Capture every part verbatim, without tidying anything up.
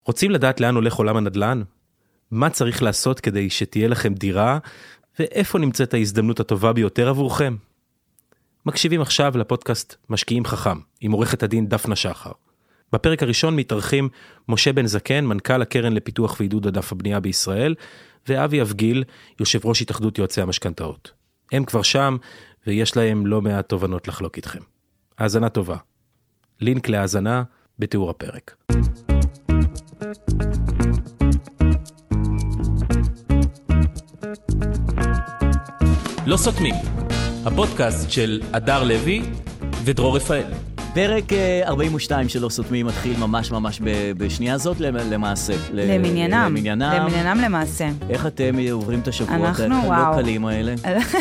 רוצים לדעת לאן הולך עולם הנדל"ן? מה צריך לעשות כדי שתהיה לכם דירה, ואיפה נמצאת ההזדמנות הטובה ביותר עבורכם? מקשיבים עכשיו לפודקאסט משקיעים חכם, עם עורכת הדין דפנה שחר. בפרק הראשון מתארחים משה בן זקן, מנכ"ל הקרן לפיתוח ועידוד ענף הבנייה בישראל, ואבי אבגיל, יושב ראש התאחדות יועצי המשכנתאות. הם כבר שם, ויש להם לא מעט תובנות לחלוק איתכם. האזנה טובה. לינק להאזנה בתיאור הפרק. לא סותמים, הפודקאסט של אדר לוי ודרור רפאל. פרק ארבעים ושתיים של לא סותמים מתחיל ממש ממש בשנייה זאת למעשה. למניינם. למניינם למעשה. איך אתם עוברים את השבועות הלא קלים האלה?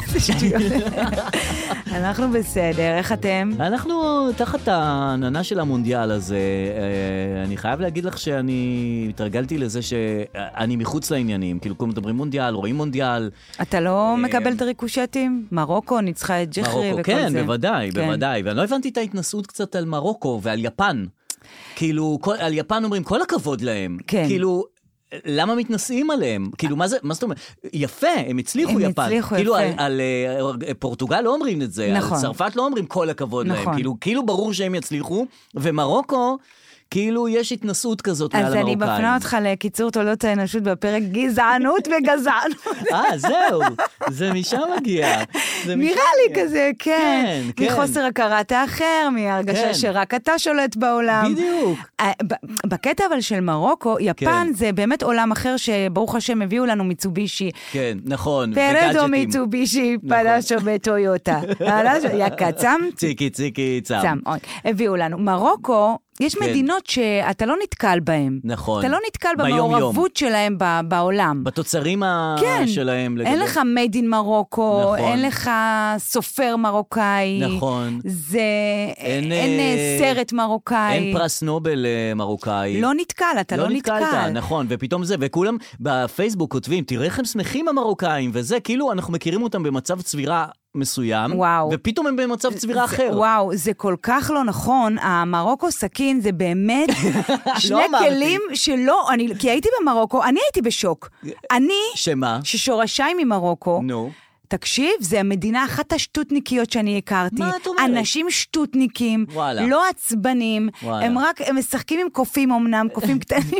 אנחנו בסדר, איך אתם? אנחנו תחת העננה של המונדיאל הזה, אני חייב להגיד לך שאני התרגלתי לזה שאני מחוץ לעניינים, כאילו כולם מדברים מונדיאל, רואים מונדיאל. אתה לא מקבל את הריקושטים? מרוקו ניצחה את ג'חרי וכל זה. כן, בוודאי, בוודאי, ואני לא הבנתי את ההתנסות קצת על מרוקו ועל יפן. כאילו, על יפן אומרים, כל הכבוד להם. כן. כאילו, למה מתנסים עליהם? כאילו, מה זה, מה זאת אומרת? יפה, הם הצליחו הם יפן. הצליחו כאילו, יפה. על, על, על פורטוגל לא אומרים את זה. נכון. על צרפת לא אומרים כל הכבוד נכון. להם. כאילו, כאילו ברור שהם יצליחו, ומרוקו, כאילו יש התנסות כזאת מעל המרוקאים. אז אני בפנה אותך לקיצור תולדות האנושות בפרק גזענות וגזענות. אה, זהו, זה משם מגיע. נראה לי כזה, כן. מחוסר הכרת האחר, מהרגשה שרק אתה שולט בעולם. בדיוק. בקטע אבל של מרוקו, יפן זה באמת עולם אחר שברוך השם הביאו לנו מיצובישי. כן, נכון. פרדו מיצובישי, פלשו בטויוטה. יקה, צם? ציקי, ציקי, צם. צם, הביאו לנו. מרוקו, יש מדינות שאתה לא נתקל בהן. נכון. אתה לא נתקל במעורבות שלהם בעולם. בתוצרים שלהם. אין לך made in מרוקו, אין לך סופר מרוקאי. נכון. זה, אין סרט מרוקאי. אין פרס נובל מרוקאי. לא נתקל, אתה לא נתקל. לא נתקלת, נכון, ופתאום זה, וכולם בפייסבוק כותבים, תראה איך הם שמחים המרוקאים, וזה כאילו אנחנו מכירים אותם במצב צבירה מסוים, וואו. ופתאום הם במצב צבירה אחר. וואו, זה כל כך לא נכון. המרוקו סכין זה באמת שני כלים שלא, אני, כי הייתי במרוקו, אני הייתי בשוק. אני, שמה? ששורשיי ממרוקו, נו. תקשיב, זה המדינה אחת השטותניקיות שאני הכרתי. מה את אומרת? אנשים שטותניקים, וואלה. לא עצבנים, וואלה. הם רק, הם משחקים עם קופים אמנם, קופים קטנים,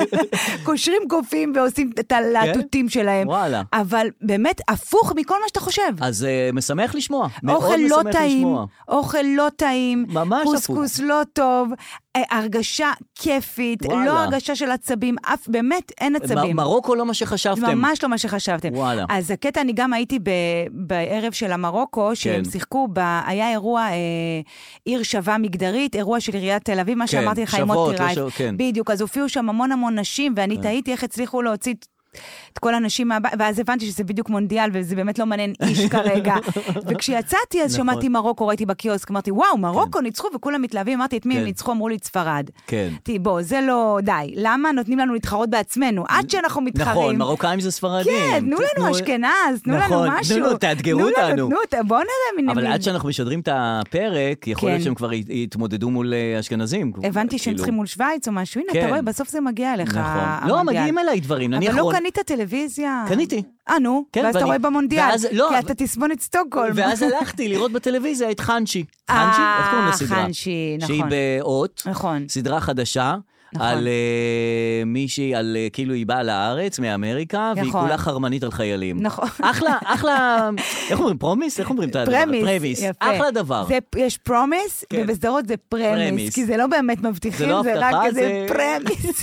קושרים קופים ועושים את הלהטוטים שלהם. וואלה. אבל באמת, הפוך מכל מה שאתה חושב. אז uh, משמח לשמוע. אוכל לא טעים, אוכל לא טעים, ממש קוסקוס לא טוב, הרגשה כיפית, וואלה. לא הרגשה של עצבים, אף, באמת אין עצבים. מרוקו לא מה שחשבתם. ממש לא מה שחשבתם. וואלה. אז הקטע, אני גם הייתי ב, בערב של המרוקו, שהם כן. שיחקו, ב, היה אירוע אה, עיר שווה מגדרית, אירוע של עיריית תל אביב, מה כן, שאמרתי לך עם שוות, מוטי רייף. יש, כן. בדיוק, אז הופיעו שם המון המון נשים, ואני כן. תהיתי איך הצליחו להוציא את כל האנשים מהבית, ואז הבנתי שזה בדיוק מונדיאל, וזה באמת לא מעניין איש כרגע. וכשיצאתי, אז שמעתי מרוקו, ראיתי בקיוסק, אמרתי, וואו, מרוקו ניצחו, וכולם מתלהבים, אמרתי, את מי הם ניצחו? אמרו לי, את ספרד. כן. תראי, בוא, זה לא, די. למה נותנים לנו להתחרות בעצמנו? עד שאנחנו מתחרים. נכון, מרוקאים זה ספרדים. כן, תנו לנו אשכנז, תנו לנו משהו. תנו לנו, תאתגרו אותנו. בוא נראה. אבל עד שאנחנו משדרים את הפרק, יכול להיות שהם כבר יתמודדו מול אשכנזים. הבנתי שהם צריכים מול שוויץ או משהו. הנה, אתה רואה, בסוף זה מגיע אליך. לא, מגיעים אליי דברים. אבל לא קנית טלוויזיה. קניתי. אה, נו, ואז אתה רואה במונדיאל, כי אתה תסמונת סטוקהולם. ואז הלכתי לראות בטלוויזיה את חנשי. חנשי? איך קוראים לסדרה? חנשי, נכון. שהיא באות, נכון. סדרה חדשה. על מישהי, על כאילו היא באה לארץ מאמריקה, והיא כולה חרמנית על חיילים. נכון. אחלה, אחלה, איך אומרים, פרומיס? איך אומרים את הדבר? פרמיס, יפה. אחלה דבר. יש פרומיס, ובסדרות זה פרמיס, כי זה לא באמת מבטיחים, זה רק כזה פרמיס.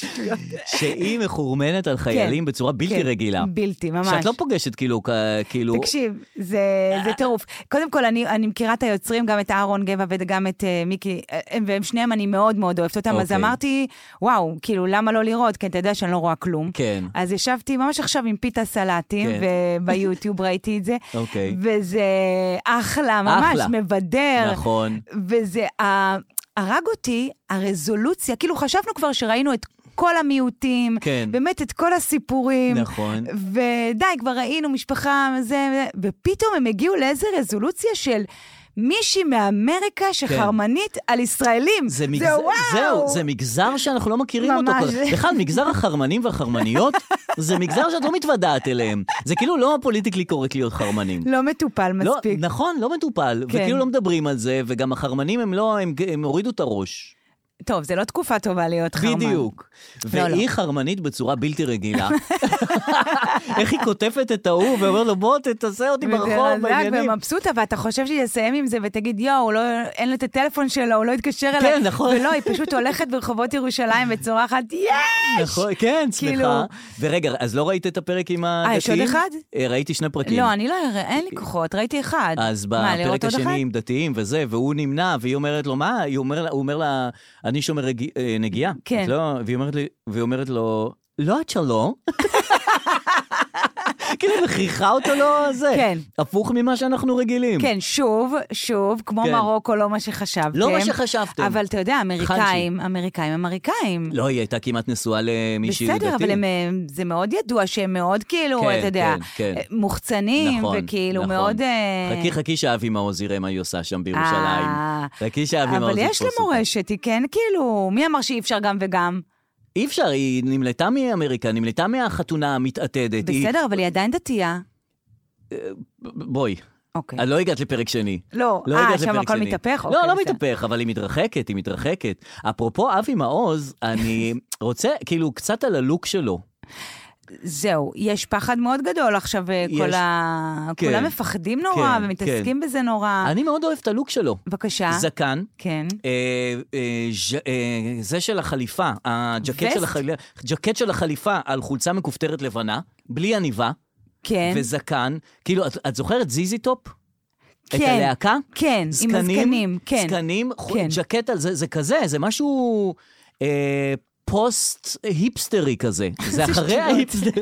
שהיא מחורמנת על חיילים בצורה בלתי רגילה. בלתי, ממש. שאת לא פוגשת כאילו... תקשיב, זה טירוף. קודם כל, אני מכירה את היוצרים, גם את אהרון גבע וגם את מיקי, והם שניהם אני מאוד מאוד אוהבת אותם, אז אמרתי, וואו, כאילו, למה לא לראות? כי אתה יודע שאני לא רואה כלום. כן. אז ישבתי ממש עכשיו עם פיתה סלטים, כן. וביוטיוב ראיתי את זה. אוקיי. וזה אחלה, ממש אחלה. מבדר. נכון. וזה, הרג אותי, הרזולוציה, כאילו חשבנו כבר שראינו את כל המיעוטים, כן. באמת את כל הסיפורים. נכון. ודי, כבר ראינו משפחה, זה, ופתאום הם הגיעו לאיזה רזולוציה של... מישהי מאמריקה שחרמנית על ישראלים. זה מגזר, זהו, זה מגזר שאנחנו לא מכירים אותו. בכלל, מגזר החרמנים והחרמניות, זה מגזר שאת לא מתוודעת אליהם. זה כאילו לא פוליטיקלי קורקט להיות חרמנים. לא מטופל מספיק. נכון, לא מטופל, וכאילו לא מדברים על זה, וגם החרמנים הם לא, הם הורידו את הראש. טוב, זה לא תקופה טובה להיות חרמן. בדיוק. והיא חרמנית בצורה בלתי רגילה. איך היא כותפת את ההוא ואומר לו, בוא תתעשה אותי ברחוב בעניינים. ומבסוטה, ואתה חושב שהיא יסיים עם זה ותגיד, יו, אין לה את הטלפון שלו, הוא לא יתקשר אליי. כן, נכון. ולא, היא פשוט הולכת ברחובות ירושלים וצורחת, יש! נכון, כן, סליחה. ורגע, אז לא ראית את הפרק עם הדתיים? אה, יש עוד אחד? ראיתי שני פרקים. לא, אני לא, אין לי כוחות, ראיתי אחד. אז בפרק השני עם דתיים וזה, והוא נמנע, והיא אומרת לו, מה? הוא אומר לה, אני שומר נגיעה. כן. והיא אומרת לו, לא את שלא. כאילו מכריחה אותו לא זה. כן. הפוך ממה שאנחנו רגילים. כן, שוב, שוב, כמו מרוקו, לא מה שחשבתם. לא מה שחשבתם. אבל אתה יודע, אמריקאים, אמריקאים, אמריקאים. לא, היא הייתה כמעט נשואה למישהי דתי. בסדר, אבל זה מאוד ידוע שהם מאוד כאילו, אתה יודע, מוחצנים, וכאילו מאוד... חכי, חכי שאבי מעוז יראה מה היא עושה שם בירושלים. חכי שאבי מעוז יתפוס אותה. אבל יש לה מורשת, היא כן, כאילו, מי אמר שאי אפשר גם וגם? אי אפשר, היא נמלטה מאמריקה, נמלטה מהחתונה המתעתדת. בסדר, היא... אבל היא עדיין דתייה. בואי. אוקיי. אני לא הגעת לפרק שני. לא, לא אה, שם הכל מתהפך? לא, לא מתהפך, אבל היא מתרחקת, היא מתרחקת. אפרופו אבי מעוז, אני רוצה, כאילו, קצת על הלוק שלו. זהו, יש פחד מאוד גדול עכשיו, כל ה... כולם מפחדים נורא, ומתעסקים בזה נורא. אני מאוד אוהב את הלוק שלו. בבקשה. זקן. כן. זה של החליפה, הג'קט של החליפה על חולצה מכופתרת לבנה, בלי עניבה. כן. וזקן. כאילו, את זוכרת זיזי טופ? כן. את הלהקה? כן, עם הזקנים. כן. זקנים, ג'קט על זה, זה כזה, זה משהו... פוסט היפסטרי כזה. זה אחרי ההיפסטר.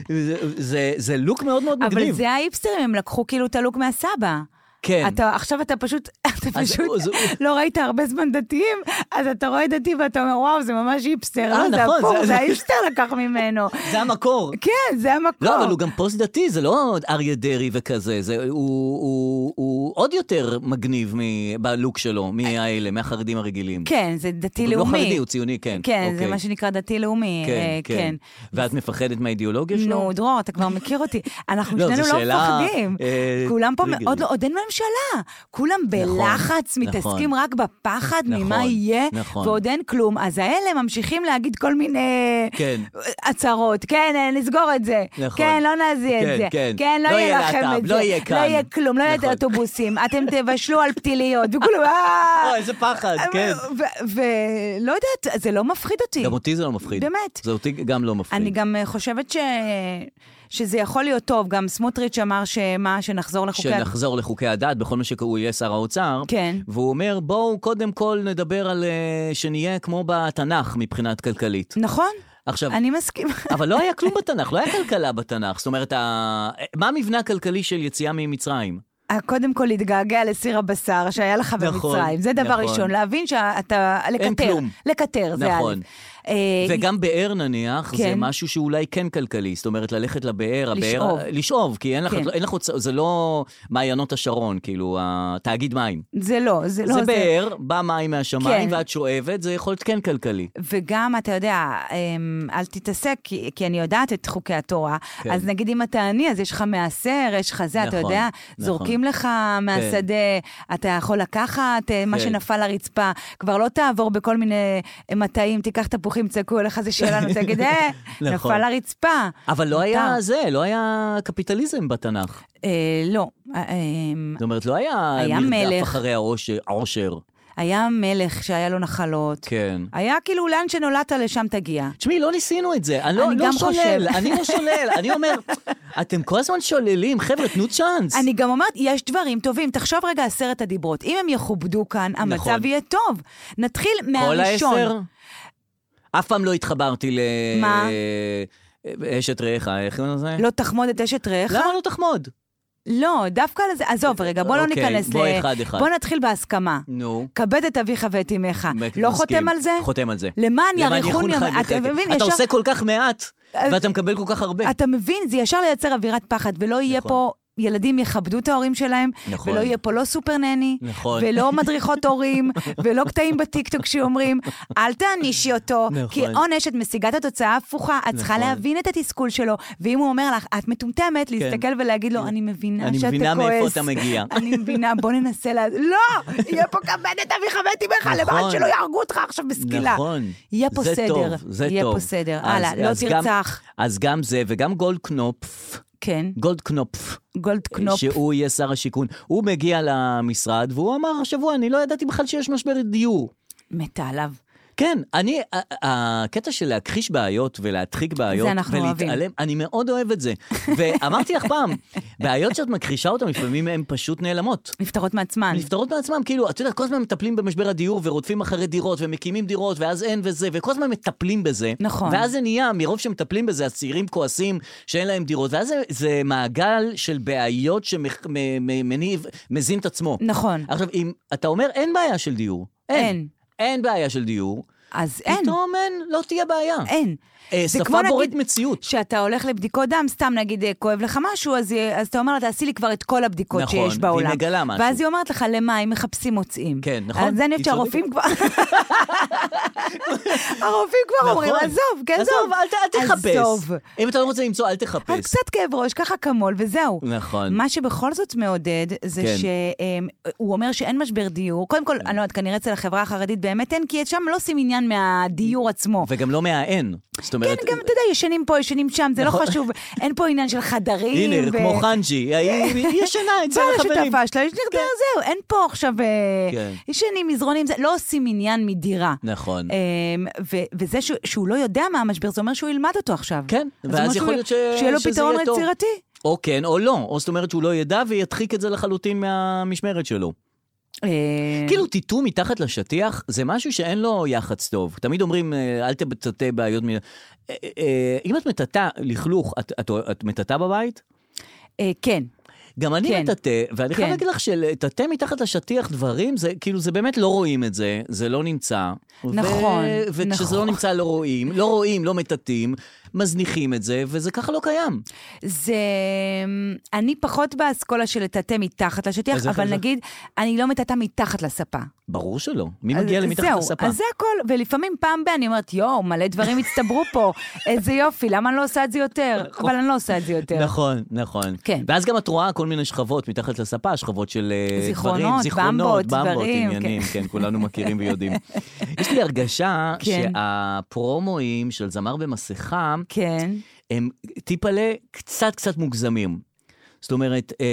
זה לוק מאוד מאוד מגניב. אבל זה ההיפסטרים, הם לקחו כאילו את הלוק מהסבא. כן. עכשיו אתה פשוט, אתה פשוט לא ראית הרבה זמן דתיים, אז אתה רואה דתי ואתה אומר, וואו, זה ממש היפסטר. אה, נכון. זה ההיפסטר לקח ממנו. זה המקור. כן, זה המקור. לא, אבל הוא גם פוסט דתי, זה לא אריה דרי וכזה, הוא עוד יותר מגניב בלוק שלו, מהאלה, מהחרדים הרגילים. כן, זה דתי לאומי. הוא לא חרדי, הוא ציוני, כן. כן, זה מה שנקרא דתי לאומי. כן, כן. ואת מפחדת מהאידיאולוגיה שלו? נו, דרור, אתה כבר מכיר אותי. אנחנו שנינו לא מפחדים. כולם פה עוד אין ממשלה. כולם בלחץ, מתעסקים רק בפחד ממה יהיה, ועוד אין כלום. אז האלה ממשיכים להגיד כל מיני הצהרות. כן, נסגור את זה. כן, לא נעזי את זה. כן, לא יהיה לכם את זה. לא יהיה כלום, לא יהיה אוטובוסים. אתם תבשלו על פתיליות. אוי, איזה פחד, כן. ולא יודעת, זה לא מפחיד אותי. גם אותי זה לא מפחיד. באמת. זה אותי גם לא מפחיד. אני גם חושבת ש... שזה יכול להיות טוב, גם סמוטריץ' אמר שמה, שנחזור לחוקי... שנחזור לחוקי הדת, בכל מה שהוא יהיה שר האוצר. כן. והוא אומר, בואו קודם כל נדבר על שנהיה כמו בתנ"ך מבחינת כלכלית. נכון. עכשיו, אני מסכים. אבל לא היה כלום בתנ"ך, לא היה כלכלה בתנ"ך. זאת אומרת, מה המבנה הכלכלי של יציאה ממצרים? קודם כל להתגעגע לסיר הבשר שהיה לך במצרים. זה דבר ראשון, להבין שאתה... לקטר. לקטר, זה נכון. וגם באר נניח, זה משהו שאולי כן כלכלי, זאת אומרת ללכת לבאר, לשאוב. לשאוב, כי אין לך, זה לא מעיינות השרון, כאילו, התאגיד מים. זה לא, זה לא. זה באר, בא מים מהשמיים, ואת שואבת, זה יכול להיות כן כלכלי. וגם, אתה יודע, אל תתעסק, כי אני יודעת את חוקי התורה, אז נגיד אם אתה עני, אז יש לך מעשר, יש לך זה, אתה יודע, זורקים לך מהשדה, אתה יכול לקחת מה שנפל לרצפה, כבר לא תעבור בכל מיני מטעים, תיקח תפוחים, צעקו אליך זה שלנו, תגיד, אה, נפל לרצפה. אבל לא היה זה, לא היה קפיטליזם בתנ"ך. לא. זאת אומרת, לא היה מרדף אחרי העושר. היה מלך שהיה לו נחלות. כן. היה כאילו לאן שנולדת לשם תגיע. תשמעי, לא ניסינו את זה. אני לא שולל, אני לא שולל. אני אומר, אתם כל הזמן שוללים, חבר'ה, תנו צ'אנס. אני גם אומרת, יש דברים טובים. תחשוב רגע עשרת הדיברות. אם הם יכובדו כאן, המצב יהיה טוב. נתחיל מהראשון. כל העשר? אף פעם לא התחברתי ל... מה? אשת רעך, איך קוראים לזה? לא תחמוד את אשת רעך? למה לא תחמוד? לא, דווקא לזה, עזוב רגע, בוא לא ניכנס ל... בוא אחד אחד. בוא נתחיל בהסכמה. נו. כבד את אביך ואת אמך. לא חותם על זה? חותם על זה. למען יריחון... אתה עושה כל כך מעט, ואתה מקבל כל כך הרבה. אתה מבין, זה ישר לייצר אווירת פחד, ולא יהיה פה ילדים יכבדו את ההורים שלהם, נכון. ולא יהיה פה לא סופר נני, נכון. ולא מדריכות הורים, ולא קטעים בטיקטוק שאומרים, אל תענישי אותו, נכון. כי עונש את משיגת התוצאה ההפוכה, את צריכה נכון. להבין את התסכול שלו, ואם הוא אומר לך, את מטומטמת, להסתכל ולהגיד לו, אני מבינה אני שאתה מבינה מאיפה כועס. אתה מגיע. אני מבינה, בוא ננסה לה... לא! יהיה פה כבדת אבי חמתי בך, נכון. למען שלא יהרגו אותך עכשיו בסקילה. נכון. יהיה פה זה סדר. טוב, זה יהיה טוב. פה סדר. אז- הלאה, לא אז גם- תרצח. אז גם זה, וגם גולדקנופף, כן, גולדקנופף, גולדקנופ. שהוא יהיה שר השיכון, הוא מגיע למשרד, והוא אמר השבוע, אני לא ידעתי בכלל שיש משבר דיור. מתה עליו. כן, אני, ה- הקטע של להכחיש בעיות ולהדחיק בעיות, זה אנחנו אוהבים. ולהתעלם, אני מאוד אוהב את זה. ואמרתי לך פעם, בעיות שאת מכחישה אותן, לפעמים הן פשוט נעלמות. נפטרות מעצמן. נפטרות מעצמם, כאילו, את יודעת, כל הזמן מטפלים במשבר הדיור, ורודפים אחרי דירות, ומקימים דירות, ואז אין וזה, וכל הזמן מטפלים בזה. נכון. ואז זה נהיה, מרוב שמטפלים בזה, הצעירים כועסים שאין להם דירות, ואז זה, זה מעגל של בעיות שמניב, מזין את עצמו. נכון. עכשיו, אם אתה אומר, אין בעיה של דיור. אין. אין בעיה של דיור. אז אין. פתאום אין, לא תהיה בעיה. אין. אה, זה שפה כמו נגיד בוראת מציאות. שאתה הולך לבדיקות דם, סתם נגיד אה, כואב לך משהו, אז, אה, אז אתה אומר לה, תעשי לי כבר את כל הבדיקות נכון, שיש בעולם. והיא מגלה משהו. ואז היא אומרת לך, למה? הם מחפשים מוצאים. כן, נכון. אז אני היא חושבת שהרופאים כבר... הרופאים כבר אומרים, נכון. עזוב, כן, עזוב, עזוב. אל ת- אל תחפש. עזוב. אם אתה לא רוצה למצוא, אל רק תחפש. קצת כאב ראש, ככה כמול, וזהו. נכון. מה שבכל זאת מעודד, זה כן. שהוא אומר שאין משבר דיור. קודם כל, אני לא יודעת, כנראה אצל החברה החרדית באמת אין, כי שם לא עושים עניין מהדיור עצמו. וגם לא מהאין. זאת כן, אומרת... גם, אתה יודע, ישנים פה, ישנים שם, זה לא נכון. חשוב. אין פה עניין של חדרים. הנה, ו- כמו חנג'י, היא היא ישנה אצל בעל החברים. השותפה שלה, יש נרדר, זהו, אין פה עכשיו... אה, כן. ישנים, מזרונים, זה- לא עושים עניין מדירה. נכון. אמ, ו- וזה ש- שהוא לא יודע מה המשבר, זה אומר שהוא ילמד אותו עכשיו. כן, אז זה ואז אומר יכול שהוא- להיות ש- שיהיה לו שזה פתרון יהיה טוב. יצירתי. או כן או לא, או זאת אומרת שהוא לא ידע וידחיק את זה לחלוטין מהמשמרת שלו. אה, כאילו טיטו מתחת לשטיח זה משהו שאין לו יחץ טוב. תמיד אומרים, אה, אל תטאטא בעיות. מ- אה, אה, אם את מטאטא לכלוך, את- את את מטאטא בבית? אה, כן. גם אני כן. מטאטא, ואני חייב כן. להגיד לך שלטאטא מתחת לשטיח דברים, זה כאילו זה באמת לא רואים את זה, זה לא נמצא. נכון, ו- וכשזה נכון. לא נמצא לא רואים, לא רואים, לא מטאטאים, מזניחים את זה, וזה ככה לא קיים. זה... אני פחות באסכולה של לטאטא מתחת לשטיח, אז איך אבל זה? נגיד, אני לא מטאטא מתחת לספה. ברור שלא. מי אז מגיע למתחת זהו, לספה? אז זה הכל, ולפעמים פעם בה אני אומרת, יואו, מלא דברים הצטברו פה, איזה יופי, למה אני לא עושה את זה יותר? אבל אני לא עושה את זה יותר. נכון, נכון. כן. ואז גם את רואה כל מיני שכבות מתחת לספה, שכבות של אה, זיכרונות, דברים, זיכרונות, במבות, דברים, עניינים, כן. כן, כולנו מכירים ויודעים. יש לי הרגשה כן. שהפרומואים של זמר במסכה, כן. הם טיפלה קצת קצת מוגזמים. זאת אומרת, אה,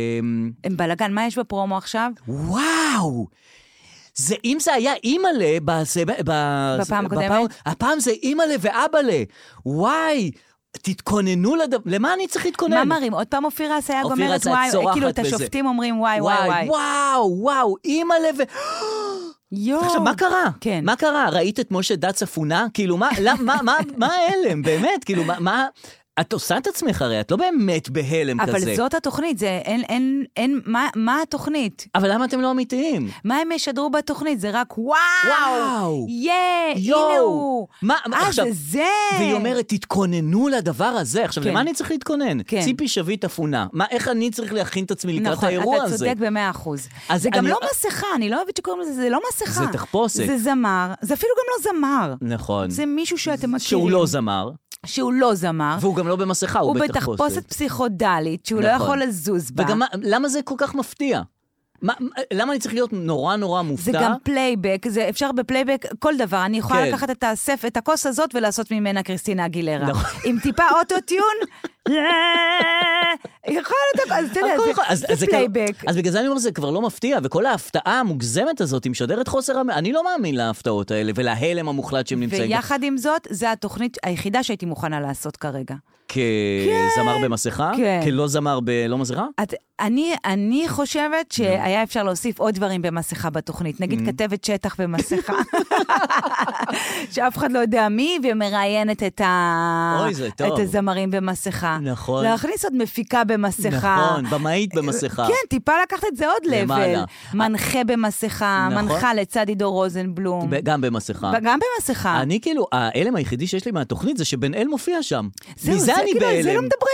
הם בלגן, מה יש בפרומו עכשיו? וואו! זה, אם זה היה אימא'לה, בזה- ב- בפעם הקודמת? בפעם- הפעם זה אימא'לה ואבא'לה. וואי, תתכוננו לדבר, למה אני צריך להתכונן? מה מראים? עוד פעם אופירה אסייג אופירה אומרת, אסייג וואי, צורחת כאילו את וזה. השופטים אומרים וואי, וואי, וואי. וואו, וואו, אימא'לה ו... יואו. עכשיו, מה קרה? כן. מה קרה? ראית את משה דת צפונה? כאילו, מה, למה, מה, מה, מה ההלם? באמת, כאילו, מה, מה... את עושה את עצמך הרי, את לא באמת בהלם אבל כזה. זאת התוכנית, זה אין, אין, אין, מה, מה התוכנית? אבל למה אתם לא אמיתיים? מה הם ישדרו בתוכנית? זה רק וואו! וואו! יא! יואו! הנה הוא! מה, מה, אה, עכשיו- זה זה! והיא אומרת, תתכוננו לדבר הזה. עכשיו, כן. למה אני צריך להתכונן? כן. ציפי שביט אפונה. מה, איך אני צריך להכין את עצמי לקראת נכון, האירוע אתה הזה? צודק במאה אחוז. אז זה גם אני- לא מסכה, אני לא אוהבת שקוראים לזה, זה לא מסכה. זה תחפושת. זה זמר, זה אפילו גם לא זמר. נכון. זה מישהו שאתם מכירים. שהוא לא זמר, שהוא לא זמר. והוא גם לא במסכה, הוא הוא בתחפושת. בתחפושת פסיכודלית, שהוא לא נכון. יכול לזוז בה. וגם מה- למה זה כל כך מפתיע? מה, מה- למה אני צריך להיות נורא נורא מופתע? זה גם פלייבק, זה אפשר בפלייבק כל דבר. אני יכולה כן. לקחת את האסף, את הכוס הזאת ולעשות ממנה קריסטינה אגילרה. נכון. עם טיפה אוטוטיון, יכול להיות, אז אתה יודע, הכל זה- יכול- אז- זה אז זה כבר- פלייבק. אז בגלל זה אני אומר, זה כבר לא מפתיע, וכל ההפתעה המוגזמת הזאת, היא משדרת חוסר... המ- אני לא מאמין להפתעות האלה, ולהלם המוחלט שהם נמצאים. ויחד עם זאת, זו התוכנית היחידה שהייתי מוכנה לעשות כרגע. כזמר במסכה? כן. כלא זמר בלא מסכה? את, אני, אני חושבת שהיה אפשר להוסיף עוד דברים במסכה בתוכנית. נגיד Mm-hmm. כתבת שטח במסכה. שאף אחד לא יודע מי, ומראיינת את, ה... אוי, זה טוב. את הזמרים במסכה. נכון. להכניס עוד מפיקה במסכה. נכון, במאית במסכה. כן, טיפה לקחת את זה עוד למעלה. לבל. מנחה במסכה, נכון. מנחה לצד עידו רוזנבלום. ב- גם במסכה. גם במסכה. אני כאילו, ההלם היחידי שיש לי מהתוכנית זה שבן אל מופיע שם. זהו, מזה זה אני כאילו, על זה בהלם. לא מדברים.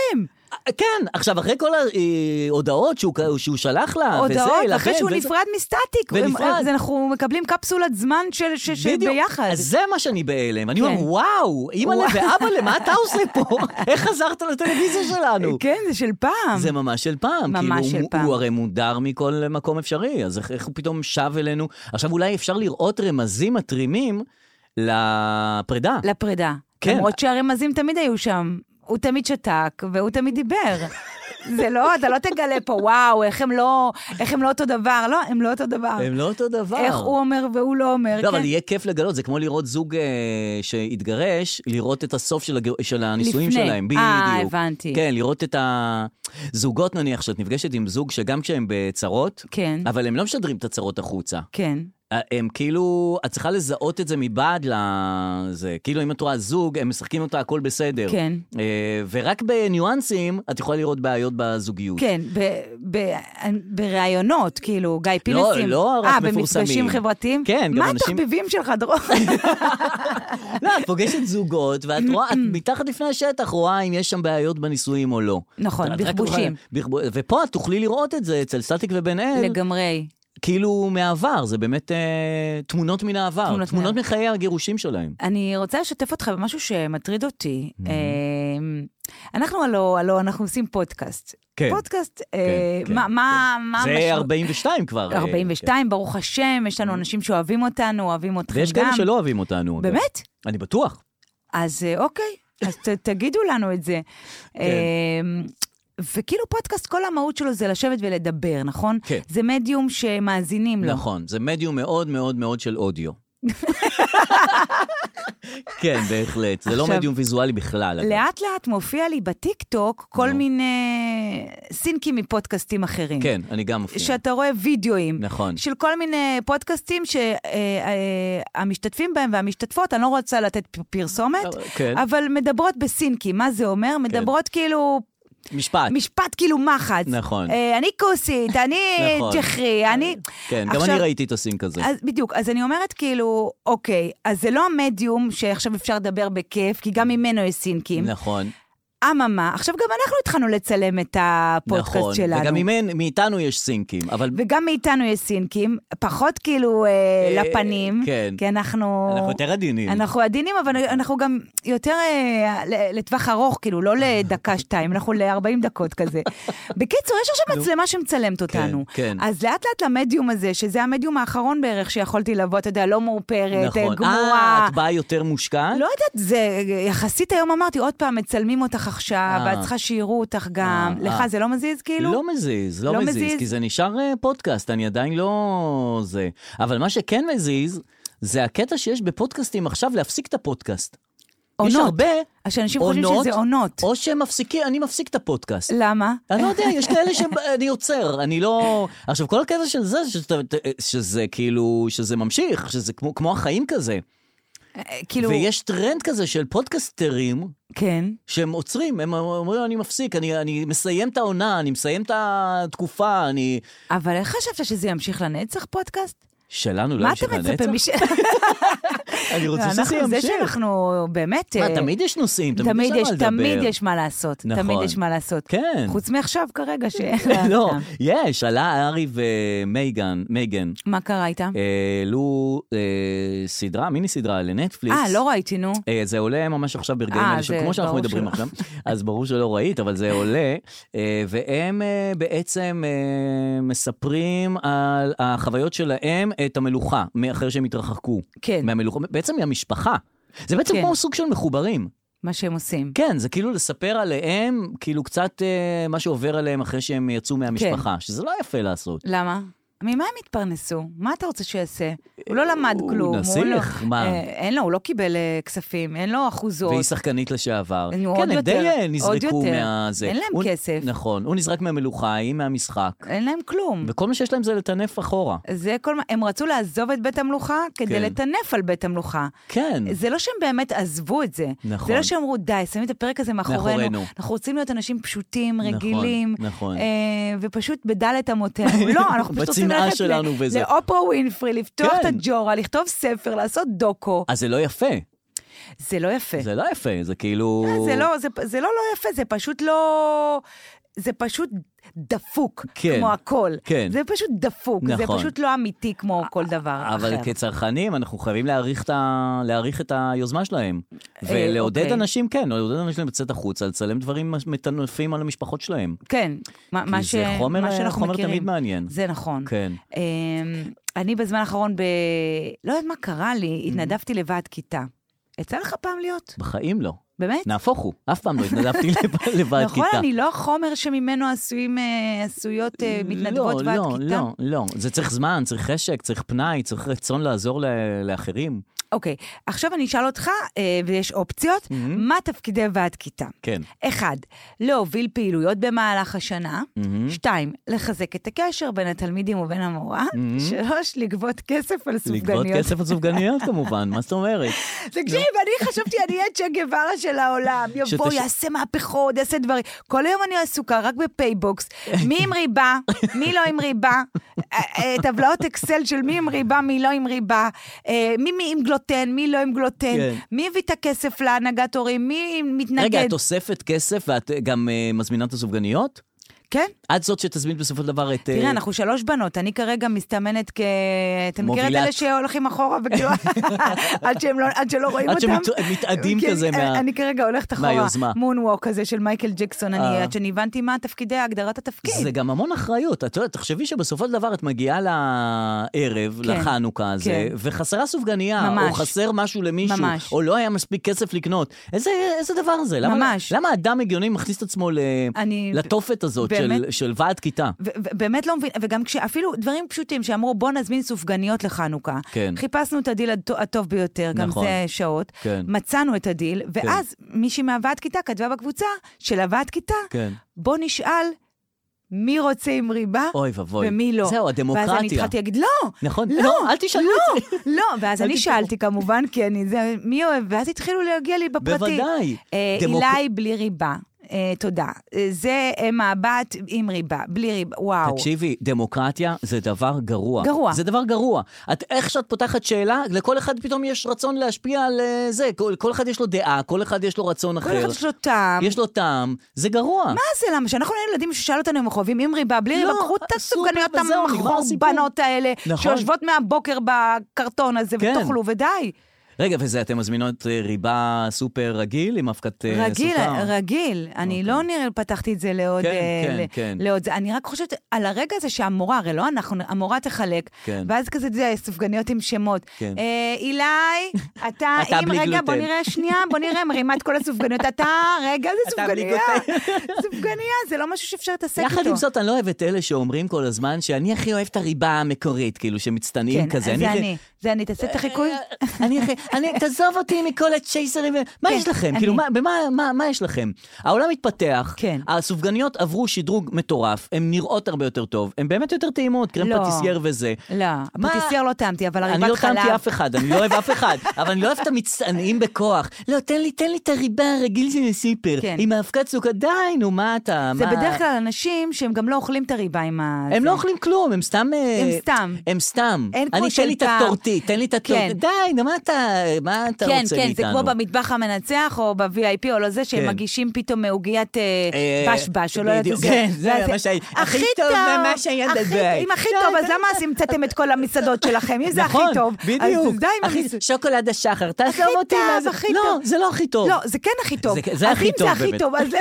כן, עכשיו, אחרי כל ההודעות שהוא, שהוא שלח לה, הודעות, וזה, אחרי שהוא וזה... נפרד מסטטיק, ונפרד. אז אנחנו מקבלים קפסולת זמן של, ש, של ביחד. אז זה מה שאני בהלם. אני כן. אומר, וואו, אמא וואו. ואבא, מה אתה עושה פה? איך חזרת לטלוויזיה שלנו? כן, זה של פעם. זה ממש של פעם. ממש כאילו, של הוא, פעם. הוא הרי מודר מכל מקום אפשרי, אז איך, איך הוא פתאום שב אלינו? עכשיו אולי אפשר לראות רמזים מטרימים לפרידה. לפרידה. כן. למרות שהרמזים תמיד היו שם. הוא תמיד שתק, והוא תמיד דיבר. זה לא, אתה לא תגלה פה, וואו, איך הם לא, איך הם לא אותו דבר. לא, הם לא אותו דבר. הם לא אותו דבר. איך הוא אומר והוא לא אומר. לא, כן. אבל יהיה כיף לגלות, זה כמו לראות זוג אה, שהתגרש, לראות את הסוף של, הגר... של הנישואים לפני. שלהם. בדיוק. אה, הבנתי. כן, לראות את הזוגות נניח, שאת נפגשת עם זוג שגם כשהם בצרות, כן. אבל הם לא משדרים את הצרות החוצה. כן. הם כאילו, את צריכה לזהות את זה מבעד לזה, כאילו אם את רואה זוג, הם משחקים אותה הכל בסדר. כן. ורק בניואנסים, את יכולה לראות בעיות בזוגיות. כן, ב- ב- ברעיונות, כאילו, גיא פינסים. לא רק אה, מפורסמים. במפגשים חברתיים? כן, גם מה אנשים- התחביבים שלך, דרור? לא, את פוגשת זוגות, ואת רואה, את מתחת לפני השטח רואה אם יש שם בעיות בנישואים או לא. נכון, את רק בכבושים. רואה- בכב- ופה את תוכלי לראות את זה אצל סטטיק ובן אל, לגמרי. כאילו מהעבר, זה באמת אה, תמונות מן העבר, תמונות תמונות מה- מחיי הגירושים שלהם. אני רוצה לשתף אותך במשהו שמטריד אותי. אה, אנחנו הלא, הלא, אנחנו עושים פודקאסט. כן. פודקאסט, אה, כן, מה, כן, מה, מה זה המשמעות? ארבעים ושתיים כבר. אה, ארבעים ושתיים, ברוך השם, יש לנו אנשים שאוהבים אותנו, אוהבים אתכם גם. ויש כאלה שלא אוהבים אותנו. אגב. באמת? אני בטוח. אז אה, אוקיי, אז ת, תגידו לנו את זה. כן. אה, וכאילו פודקאסט, כל המהות שלו זה לשבת ולדבר, נכון? כן. זה מדיום שמאזינים לו. נכון, זה מדיום מאוד מאוד מאוד של אודיו. כן, בהחלט. זה לא עכשיו, מדיום ויזואלי בכלל. אגב. לאט לאט מופיע לי בטיקטוק כל נו. מיני סינקים מפודקאסטים אחרים. כן, אני גם מופיע. שאתה רואה וידאוים. נכון. של כל מיני פודקאסטים שהמשתתפים בהם והמשתתפות, אני לא רוצה לתת פ- פרסומת, כן. אבל מדברות בסינקים. מה זה אומר? מדברות כאילו... משפט. משפט כאילו מחץ. נכון. אה, אני כוסית, אני נכון. ג'חרי, אני... כן, גם עכשיו- אני ראיתי את הסינק הזה. אז בדיוק, אז אני אומרת כאילו, אוקיי, אז זה לא המדיום שעכשיו אפשר לדבר בכיף, כי גם ממנו יש סינקים. נכון. אממה, עכשיו גם אנחנו התחלנו לצלם את הפודקאסט נכון. שלנו. וגם ממנ- מאיתנו יש סינקים, אבל... וגם מאיתנו יש סינקים, פחות כאילו אה, אה, לפנים, כן. כי אנחנו... אנחנו יותר עדינים. אנחנו עדינים, אבל אנחנו גם יותר אה, ל- לטווח ארוך, כאילו, לא לדקה שתיים, אנחנו ל-ארבעים דקות כזה. בקיצור, יש עכשיו מצלמה שמצלמת אותנו. כן. אז לאט לאט למדיום הזה, שזה המדיום האחרון בערך שיכולתי לבוא, אתה יודע, לא מאופרת, נכון. גמורה. אה, את באה יותר מושקעת? לא יודעת, זה יחסית היום אמרתי, עוד פעם, מצלמים אותך עכשיו, אה. ואת צריכה שיראו אותך גם. אה, לך אה. זה לא מזיז, כאילו? לא מזיז, לא לא מזיז, מזיז? כי זה נשאר אה, פודקאסט, אני עדיין לא זה. אבל מה שכן מזיז, זה הקטע שיש בפודקאסטים עכשיו להפסיק את הפודקאסט. יש עונות. הרבה אז שאנשים חושבים שזה עונות. או שהם מפסיקים, אני מפסיק את הפודקאסט. למה? אני לא יודע, יש כאלה שאני יוצר, אני לא... עכשיו, כל הקטע של זה, שזה, שזה כאילו, שזה ממשיך, שזה כמו, כמו החיים כזה. כאילו... ויש טרנד כזה של פודקסטרים, כן. שהם עוצרים, הם אומרים, אני מפסיק, אני, אני מסיים את העונה, אני מסיים את התקופה, אני... אבל איך חשבת שזה ימשיך לנצח פודקאסט? שלנו לא מה ימשיך אתה מצפה לנצח? מש... אני רוצה אנחנו- שזה ימשיך. זה שאנחנו באמת... מה, אה, תמיד יש נושאים, תמיד, תמיד יש יש, על מה לדבר. תמיד יש מה לעשות. נכון. תמיד יש מה לעשות. כן. חוץ מעכשיו כרגע ש... לא, יש, עלה ארי ומייגן, מייגן, מה קרה איתם? העלו אה, סדרה, מיני סדרה לנטפליקס. אה, לא ראיתי, נו. אה, זה עולה ממש עכשיו ברגעים אה, האלה, של- זה כמו שאנחנו ברור מדברים שלא. עכשיו, אז ברור שלא ראית, אבל זה עולה, אה, והם אה, בעצם אה, מספרים על החוויות שלהם את המלוכה, מאחר שהם התרחקו. כן. מהמלוכה, בעצם מהמשפחה. זה בעצם כן. כמו סוג של מחוברים. מה שהם עושים. כן, זה כאילו לספר עליהם, כאילו קצת אה, מה שעובר עליהם אחרי שהם יצאו מהמשפחה, שזה לא יפה לעשות. למה? ממה הם התפרנסו? מה אתה רוצה שיעשה? הוא לא למד הוא כלום. נסיך, לא- מה? אה, אין לו, הוא לא קיבל אה, כספים, אין לו אחוזות. והיא שחקנית לשעבר. נו, כן, עוד הם יותר, די אה, עוד נזרקו יותר. מהזה. אין להם הוא- כסף. נכון, הוא נזרק מהמלוכה, היא מהמשחק. אין להם כלום. וכל מה שיש להם זה לטנף אחורה. זה כל מה, הם רצו לעזוב את בית המלוכה כדי כן. לטנף על בית המלוכה. כן. זה לא שהם באמת עזבו את זה. נכון. זה לא שהם אמרו, די, שמים את הפרק הזה מאחורינו. מאחורינו. אנחנו רוצים להיות אנשים פשוטים, נכון, רגילים. נכון. אה, ופשוט בדלת אמותינו. לא, אנחנו פשוט רוצים בצנעה ללכת שלנו וזה. לאופרה ווינפרי, לפתוח כן. את הג'ורה, לכתוב ספר, לעשות דוקו. אז זה לא יפה. זה לא יפה. זה לא יפה, זה כאילו... זה לא, זה, זה לא לא יפה, זה פשוט לא... זה פשוט דפוק, כן, כמו הכל. כן. זה פשוט דפוק, נכון. זה פשוט לא אמיתי כמו כל דבר אבל אחר. כצרכנים אנחנו חייבים להעריך את, ה... להעריך את היוזמה שלהם. ולעודד אוקיי. אנשים, כן, לעודד אנשים לצאת החוצה, לצלם דברים מטנפים על המשפחות שלהם. כן, מה, כי מה, זה ש... חומר, מה שאנחנו חומר מכירים. תמיד מעניין. זה נכון. כן. אני בזמן האחרון, ב... לא יודעת מה קרה לי, התנדבתי לוועד כיתה. יצא לך פעם להיות? בחיים לא. באמת? נהפוך הוא, אף פעם לא התנדבתי לוועד כיתה. נכון, אני לא החומר שממנו עשויים, עשויות מתנדבות ועד לא, כיתה. לא, לא, זה צריך זמן, צריך חשק, צריך פנאי, צריך רצון לעזור לאחרים. אוקיי, עכשיו אני אשאל אותך, ויש אופציות, מה תפקידי ועד כיתה? כן. אחד, להוביל פעילויות במהלך השנה. שתיים, לחזק את הקשר בין התלמידים ובין המורה. שלוש, לגבות כסף על סופגניות. לגבות כסף על סופגניות כמובן, מה זאת אומרת? תקשיב, אני חשבתי, אני אהיה צ'ה גווארה של העולם. יבוא, יעשה מהפכות, יעשה דברים. כל היום אני עסוקה רק בפייבוקס. מי עם ריבה, מי לא עם ריבה. טבלאות אקסל של מי עם ריבה, מי לא עם ריבה. מי עם גלוטן, מי לא עם גלוטן. מי הביא את הכסף להנהגת הורים, מי מתנגד. רגע, את אוספת כסף ואת גם מזמינה את הסופגניות? כן. עד זאת שתזמין בסופו של דבר את... תראה, אנחנו שלוש בנות, אני כרגע מסתמנת כ... אתם מכיר את אלה שהולכים אחורה וכאילו... עד שלא רואים אותם? עד שמתעדים כזה מה... אני כרגע הולכת אחורה, מונווק כזה של מייקל ג'קסון, עד שאני הבנתי מה תפקידי, הגדרת התפקיד. זה גם המון אחריות. תחשבי שבסופו של דבר את מגיעה לערב, לחנוכה הזה, וחסרה סופגניה, או חסר משהו למישהו, או לא היה מספיק כסף לקנות. איזה דבר זה? למה אדם הגיוני מכניס את עצמו לתופת הזאת של ועד כיתה? באמת לא מבין, וגם כשאפילו דברים פשוטים שאמרו בוא נזמין סופגניות לחנוכה, חיפשנו את הדיל הטוב ביותר, גם זה שעות, מצאנו את הדיל, ואז מישהי מהוועד כיתה כתבה בקבוצה של הוועד כיתה, בוא נשאל מי רוצה עם ריבה, ומי לא. זהו, הדמוקרטיה. ואז אני התחלתי להגיד, לא, נכון, לא, אל תשאלו את זה. לא, ואז אני שאלתי כמובן, כי אני, זה, מי אוהב, ואז התחילו להגיע לי בפרטי. בוודאי. אילי בלי ריבה. תודה. זה מהבת עם ריבה, בלי ריבה, וואו. תקשיבי, דמוקרטיה זה דבר גרוע. גרוע. זה דבר גרוע. את, איך שאת פותחת שאלה, לכל אחד פתאום יש רצון להשפיע על זה. כל, כל אחד יש לו דעה, כל אחד יש לו רצון אחר. כל אחד יש לו טעם. יש לו טעם. זה גרוע. מה זה? למה? שאנחנו היינו ילדים ששאל אותנו אם אנחנו אוהבים עם ריבה, בלי ריבה, קחו את הסופגניות המחורבנות האלה, שיושבות מהבוקר בקרטון הזה ותאכלו ודי. רגע, וזה, אתם מזמינות ריבה סופר רגיל, עם הפקת סוכר? רגיל, רגיל. אני לא נראה, פתחתי את זה לעוד... כן, כן, כן. אני רק חושבת על הרגע הזה שהמורה, הרי לא אנחנו, המורה תחלק, ואז כזה זה סופגניות עם שמות. אילי, אתה, אם רגע, בוא נראה שנייה, בוא נראה, מרימה את כל הסופגניות. אתה, רגע, זה סופגניה. סופגניה, זה לא משהו שאפשר להתעסק איתו. יחד עם זאת, אני לא אוהבת אלה שאומרים כל הזמן, שאני הכי אוהבת הריבה המקורית, כאילו, שמצטנעים כזה. זה אני, זה אני, תעשה את החיקוי. אני הכי... אני, תעזוב אותי מכל הצ'ייסרים, מה יש לכם? כאילו, מה יש לכם? העולם מתפתח, הסופגניות עברו שדרוג מטורף, הן נראות הרבה יותר טוב, הן באמת יותר טעימות, קרם פטיסייר וזה. לא, הפטיסייר לא טעמתי, אבל הריבת חלב... אני לא טעמתי אף אחד, אני לא אוהב אף אחד, אבל אני לא אוהב את המצטנעים בכוח. לא, תן לי, תן לי את הריבה הרגיל של הסיפר, עם ההפקת סוכר, די, נו, מה אתה? זה בדרך כלל אנשים שהם גם לא אוכלים את הריבה עם ה... הם לא אוכלים כלום, הם סתם... הם סתם. הם סתם. אני תן לי את הטורטי, תן לי את הטורטי. די, מה אתה... מה אתה כן, רוצה כן, מאיתנו? זה כמו במטבח המנצח, או ב-וי איי פי, או לא זה, שהם מגישים פתאום מעוגיית בשבש, או לא יודעת זה. כן, זה ממש הכי טוב ממש היה דבי. אם הכי טוב, אז למה המצאתם את כל המסעדות שלכם? אם זה הכי טוב. בדיוק. שוקולד השחר, תעזוב אותי מה זה. לא, זה לא הכי טוב. לא, זה כן הכי טוב. זה הכי טוב, באמת.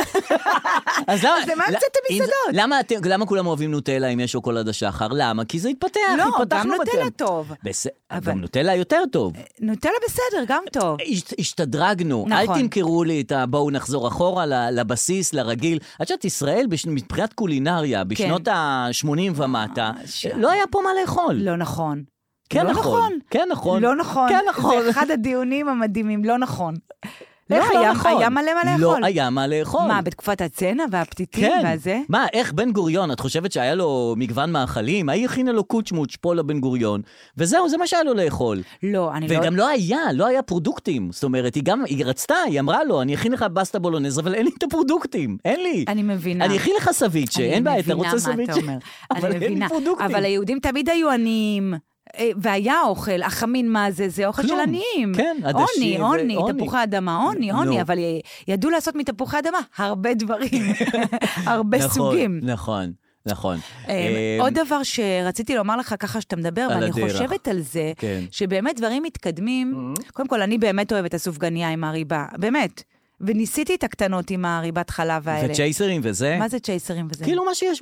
אז למה המצאתם מסעדות? למה כולם אוהבים נוטלה אם יש שוקולד השחר? למה? כי זה התפתח. לא, גם נוטלה טוב. גם נוטלה יותר טוב. נוטלה בסדר, גם טוב. השתדרגנו, אל תמכרו לי את בואו נחזור אחורה לבסיס, לרגיל. עד שאת ישראל, מבחינת קולינריה, בשנות ה-שמונים ומטה, לא היה פה מה לאכול. לא נכון. כן נכון. כן נכון. לא נכון. כן נכון. זה אחד הדיונים המדהימים, לא נכון. לא, היה מלא מה לאכול. לא היה מה לאכול. מה, בתקופת הצנע והפתיתים והזה? מה, איך בן גוריון, את חושבת שהיה לו מגוון מאכלים? היא הכינה לו קוצ'מוץ' פה לבן גוריון, וזהו, זה מה שהיה לו לאכול. לא, אני לא... וגם לא היה, לא היה פרודוקטים. זאת אומרת, היא גם, היא רצתה, היא אמרה לו, אני אכין לך בסטה בולונז, אבל אין לי את הפרודוקטים, אין לי. אני מבינה. אני אכין לך סביצ'ה, אין בעיה, אתה רוצה סביצ'ה. אני מבינה, אבל היהודים תמיד היו עניים. והיה אוכל, החמין מה זה, זה אוכל של עניים. כן, עוני, עוני, תפוחי אדמה, עוני, עוני, אבל ידעו לעשות מתפוחי אדמה הרבה דברים, הרבה סוגים. נכון, נכון. עוד דבר שרציתי לומר לך ככה שאתה מדבר, ואני חושבת על זה, שבאמת דברים מתקדמים, קודם כל אני באמת אוהבת הסופגניה עם הריבה, באמת. וניסיתי את הקטנות עם הריבת חלב האלה. וצ'ייסרים וזה? מה זה צ'ייסרים וזה? כאילו מה שיש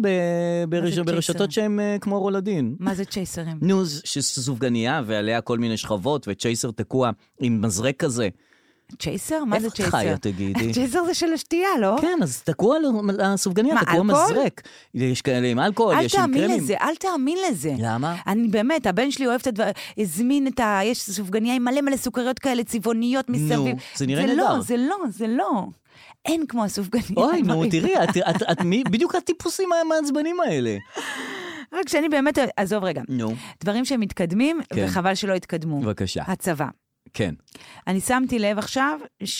ברשתות שהן כמו רולדין. מה זה צ'ייסרים? נו, שסופגניה ועליה כל מיני שכבות, וצ'ייסר תקוע עם מזרק כזה. צ'ייסר? מה זה צ'ייסר? איפה חיה, תגידי? צ'ייסר זה של השתייה, לא? כן, אז תקוע הסופגניה, תקוע מזרק. יש כאלה עם אלכוהול, יש עם קרמים. אל תאמין לזה, אל תאמין לזה. למה? אני באמת, הבן שלי אוהב את הדבר, הזמין את ה... יש סופגניה עם מלא מלא סוכריות כאלה, צבעוניות מסביב. נו, זה נראה נהדר. זה לא, זה לא. אין כמו הסופגניה. אוי, נו, תראי, בדיוק הטיפוסים המעצבנים האלה. רק שאני באמת, עזוב רגע. נו. דברים שמתקדמים, וחבל שלא יתקדמו. בבקשה. הצבא. כן. אני שמתי לב עכשיו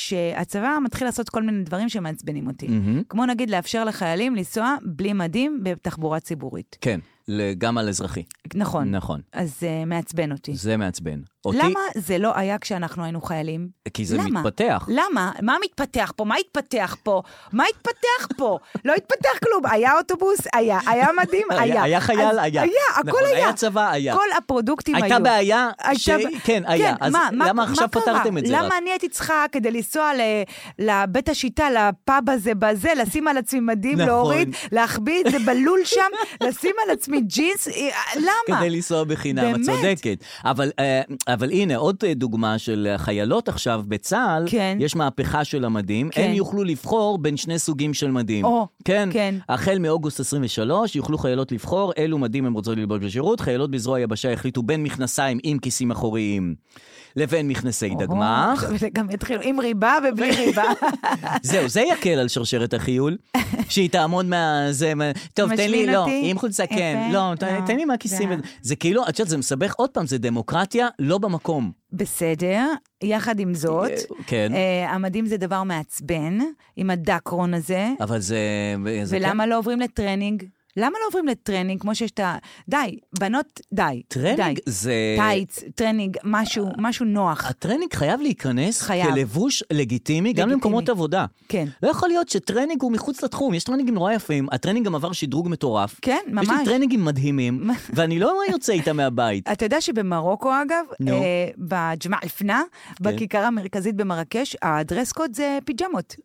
שהצבא מתחיל לעשות כל מיני דברים שמעצבנים אותי. Mm-hmm. כמו נגיד לאפשר לחיילים לנסוע בלי מדים בתחבורה ציבורית. כן, גם על אזרחי. נכון. נכון. אז זה uh, מעצבן אותי. זה מעצבן. אותי... למה זה לא היה כשאנחנו היינו חיילים? כי זה למה? מתפתח. למה? מה מתפתח פה? מה התפתח פה? מה התפתח פה? לא התפתח כלום. היה אוטובוס? היה. היה מדהים? היה. היה חייל? היה. היה, הכל נכון, היה. היה צבא? היה. כל הפרודוקטים היו. הייתה בעיה? הייתה... ש... כן, היה. כן, אז מה, למה מה, עכשיו מה פתרתם את זה? למה רק? אני הייתי צריכה כדי לנסוע ל... לבית השיטה, לפאב הזה בזה, לשים על עצמי מדים, נכון. להוריד, להחביא את זה בלול שם, לשים על עצמי ג'ינס? למה? כדי לנסוע בחינם, את צודקת. אבל, אבל הנה, עוד דוגמה של חיילות עכשיו בצה"ל, כן. יש מהפכה של המדים, כן. הם יוכלו לבחור בין שני סוגים של מדים. או, כן. כן. החל מאוגוסט עשרים ושלוש, יוכלו חיילות לבחור, אילו מדים הם רוצות ללבוש בשירות, חיילות בזרוע היבשה יחליטו בין מכנסיים עם כיסים אחוריים, לבין מכנסי דגמח. גם התחילו עם ריבה ובלי ריבה. זהו, זה יקל על שרשרת החיול, שהיא תעמוד מה... זה, טוב, תן לי, לא, עם חולצה, כן, לא, תן לי מהכיסים. זה כאילו, את יודעת, זה מסבך עוד פעם, זה דמוקרטיה, לא במקום. בסדר, יחד עם זאת, כן. המדים זה דבר מעצבן, עם הדקרון הזה. אבל זה... ולמה לא עוברים לטרנינג? למה לא עוברים לטרנינג, כמו שיש את ה... די, בנות, די. טרנינג זה... טייץ, טרנינג, משהו, משהו נוח. הטרנינג חייב להיכנס חייב. כלבוש לגיטימי, גם למקומות עבודה. כן. לא יכול להיות שטרנינג הוא מחוץ לתחום, יש טרנינגים נורא יפים, הטרנינג גם עבר שדרוג מטורף. כן, ממש. יש לי טרנינגים מדהימים, ואני לא יוצא איתם מהבית. אתה יודע שבמרוקו, אגב, בג'מע אלפנה, בכיכר המרכזית במרקש, הדרס קוד זה פיג'מות.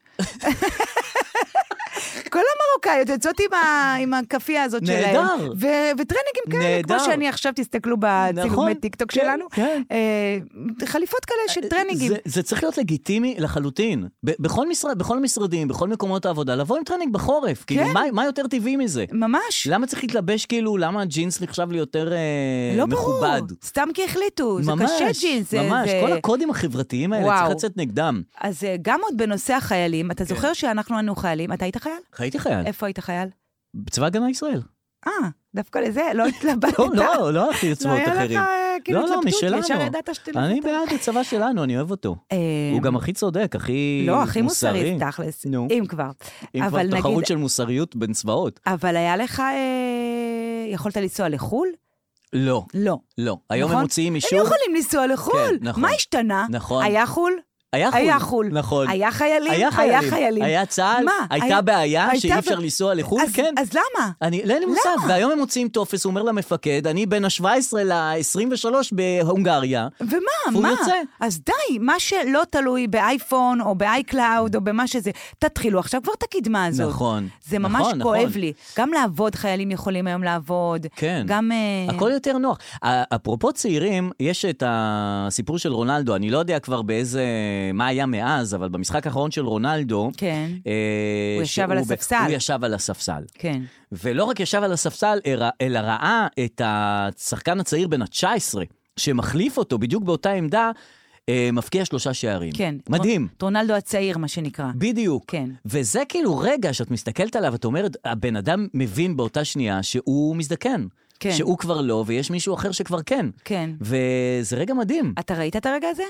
כל המרוקאיות יוצאות עם, ה... עם הקפייה הזאת שלהם. נהדר. ו... וטרנינגים כאלה, נהדר. כמו שאני עכשיו תסתכלו בצילומי נכון. טיקטוק כן, שלנו. כן. אה, חליפות כאלה של טרנינגים. זה, זה צריך להיות לגיטימי לחלוטין. ב- בכל, משרד, בכל משרדים, בכל מקומות העבודה, לבוא עם טרנינג בחורף. כן. כאילו, מה, מה יותר טבעי מזה? ממש. למה צריך להתלבש כאילו, למה הג'ינס נחשב לי יותר אה, לא מכובד? ברור, סתם כי החליטו. ממש, זה קשה ג'ינס. ממש, זה... כל הקודים החברתיים האלה, וואו. צריך לצאת נגדם. אז גם עוד בנושא החיילים, אתה זוכר שאנחנו היינו חיילים, אתה היית חייל? הייתי חייל. איפה היית חייל? בצבא הגנה ישראל. אה, דווקא לזה לא התלבטת. לא, לא, לא הלכתי לצבאות אחרים. לא היה לך כאילו התלבטות, ישר ידעת שתלבטת. אני בעד הצבא שלנו, אני אוהב אותו. הוא גם הכי צודק, הכי מוסרי. לא, הכי מוסרי, תכלס, אם כבר. אם כבר תחרות של מוסריות בין צבאות. אבל היה לך, יכולת לנסוע לחול? לא. לא. לא. היום הם מוציאים אישור. הם יכולים לנסוע לחול. מה השתנה? נכון. היה חול? היה חול. היה חול. נכון. היה חיילים? היה חיילים. היה חיילים. היה צה"ל? מה? הייתה היה... בעיה הייתה שאי אפשר ב... לנסוע לחול? אז, כן. אז למה? אני, לא אין לי מושג. והיום הם מוצאים טופס, הוא אומר למפקד, אני בין ה-שבע עשרה ל-עשרים ושלוש בהונגריה. ומה? והוא מה? יוצא. אז די, מה שלא תלוי באייפון או באייקלאוד או במה שזה, תתחילו עכשיו כבר את הקדמה הזאת. נכון. זה ממש נכון, כואב נכון. לי. גם לעבוד, חיילים יכולים היום לעבוד. כן. גם... הכל יותר נוח. אפרופו צעירים, יש את הסיפור של רונלדו, אני לא יודע כבר באיזה, מה היה מאז, אבל במשחק האחרון של רונלדו, כן. אה, הוא ישב על הספסל. הוא ישב על הספסל. כן. ולא רק ישב על הספסל, אלא ראה את השחקן הצעיר בן ה-תשע עשרה, שמחליף אותו בדיוק באותה עמדה, אה, מפקיע שלושה שערים. כן. מדהים. רונלדו הצעיר, מה שנקרא. בדיוק. כן. וזה כאילו רגע שאת מסתכלת עליו, את אומרת, הבן אדם מבין באותה שנייה שהוא מזדקן. כן. שהוא כבר לא, ויש מישהו אחר שכבר כן. כן. וזה רגע מדהים. אתה ראית את הרגע הזה? לא.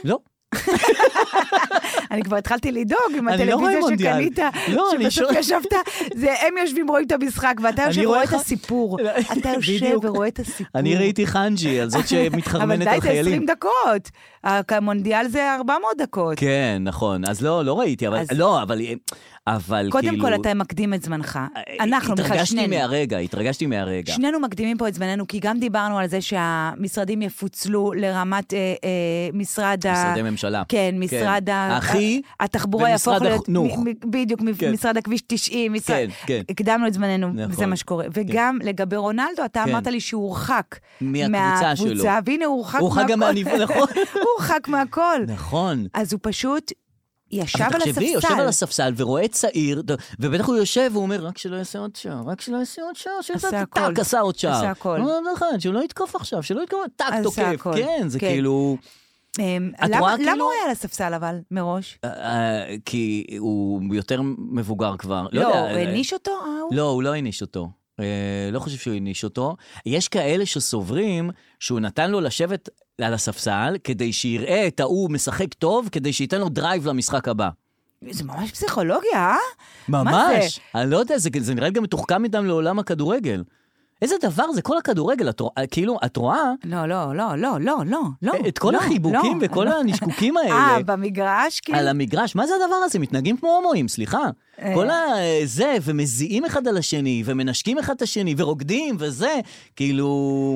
אני כבר התחלתי לדאוג עם הטלוויזיה שקנית, שבסוף ישבת, הם יושבים רואים את המשחק, ואתה יושב ורואה את הסיפור. אתה יושב ורואה את הסיפור. אני ראיתי חנג'י, על זאת שמתחרמנת על חיילים. אבל די, זה עשרים דקות. המונדיאל זה ארבע מאות דקות. כן, נכון. אז לא, לא ראיתי, אבל לא, אבל... אבל קודם כאילו... כל אתה מקדים את זמנך. אנחנו, בכלל שנינו. התרגשתי מהרגע, התרגשתי מהרגע. שנינו מקדימים פה את זמננו, כי גם דיברנו על זה שהמשרדים יפוצלו לרמת אה, אה, משרד משרדי ה... משרדי ממשלה. כן, משרד כן. ה... הכי... התחבורה יהפוך להיות... החנוך. מ... בדיוק, כן. משרד הכביש תשעים. משרד... כן, כן. הקדמנו את זמננו, נכון. וזה מה שקורה. וגם כן. לגבי רונלדו, אתה כן. אמרת לי שהוא הורחק מהקבוצה שלו. והנה הוא הורחק מהכל. גם מהניב... נכון. הוא הורחק מהכל. נכון. אז הוא פשוט... ישב על הספסל. יושב על הספסל ורואה צעיר, ובטח הוא יושב והוא אומר, רק שלא יעשה עוד שער, רק שלא יעשה עוד שער, עשה הכל. טק, עשה עוד שער. עשה הכל. נכון, שלא יתקוף עכשיו, שלא יתקוף, טק, תוקף. כן, זה כאילו... למה הוא היה על הספסל אבל, מראש? כי הוא יותר מבוגר כבר. לא, הוא הניש אותו? לא, הוא לא הניש אותו. לא חושב שהוא הניש אותו. יש כאלה שסוברים שהוא נתן לו לשבת על הספסל, כדי שיראה את ההוא משחק טוב, כדי שייתן לו דרייב למשחק הבא. זה ממש פסיכולוגיה, אה? ממש. אני לא יודע, זה, זה נראה גם מתוחכם מדם לעולם הכדורגל. איזה דבר זה כל הכדורגל, את, כאילו, את רואה... לא, לא, לא, לא, לא, לא, לא. את כל לא, החיבוקים לא, וכל לא. הנשקוקים האלה. אה, במגרש, כאילו? על המגרש, מה זה הדבר הזה? מתנהגים כמו הומואים, סליחה. כל הזה, ומזיעים אחד על השני, ומנשקים אחד את השני, ורוקדים, וזה, כאילו...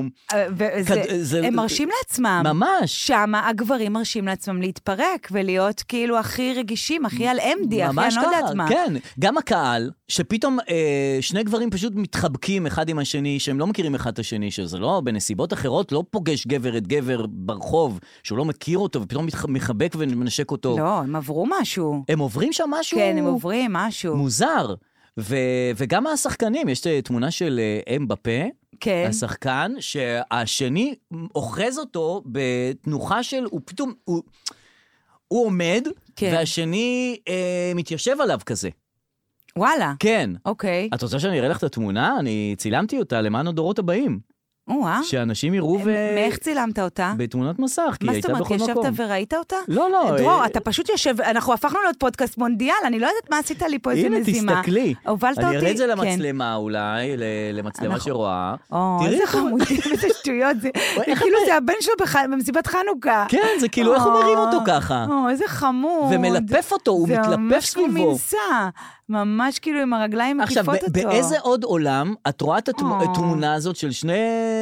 הם מרשים לעצמם. ממש. שמה הגברים מרשים לעצמם להתפרק, ולהיות כאילו הכי רגישים, הכי על אמדי, הכי אני לא יודעת מה. כן, גם הקהל, שפתאום שני גברים פשוט מתחבקים אחד עם השני, שהם לא מכירים אחד את השני, שזה לא, בנסיבות אחרות, לא פוגש גבר את גבר ברחוב, שהוא לא מכיר אותו, ופתאום מחבק ומנשק אותו. לא, הם עברו משהו. הם עוברים שם משהו... כן, הם עוברים משהו. מוזר. ו- וגם השחקנים, יש תמונה של אמבפה, כן. השחקן, שהשני אוחז אותו בתנוחה של, הוא פתאום, הוא, הוא עומד, כן. והשני אה, מתיישב עליו כזה. וואלה. כן. אוקיי. את רוצה שאני אראה לך את התמונה? אני צילמתי אותה למען הדורות הבאים. וואה. שאנשים יראו ו... מאיך צילמת אותה? בתמונת מסך, כי היא הייתה בכל מקום. מה זאת אומרת, ישבת וראית אותה? לא, לא. דרור, אתה פשוט יושב, אנחנו הפכנו להיות פודקאסט מונדיאל, אני לא יודעת מה עשית לי פה איזה מזימה. הנה, תסתכלי. הובלת אותי? אני אראה את זה למצלמה אולי, למצלמה שרואה. או, איזה חמודים, איזה שטויות. כאילו זה הבן שלו במסיבת חנוכה. כן, זה כאילו איך הוא מרים אותו ככה. או, איזה חמוד. ומלפף אותו, הוא מתלפף סביבו. ממש כאילו עם הרגליים מקיפות אותו. עכשיו, באיזה עוד עולם את רואה את התמונה הזאת של שני...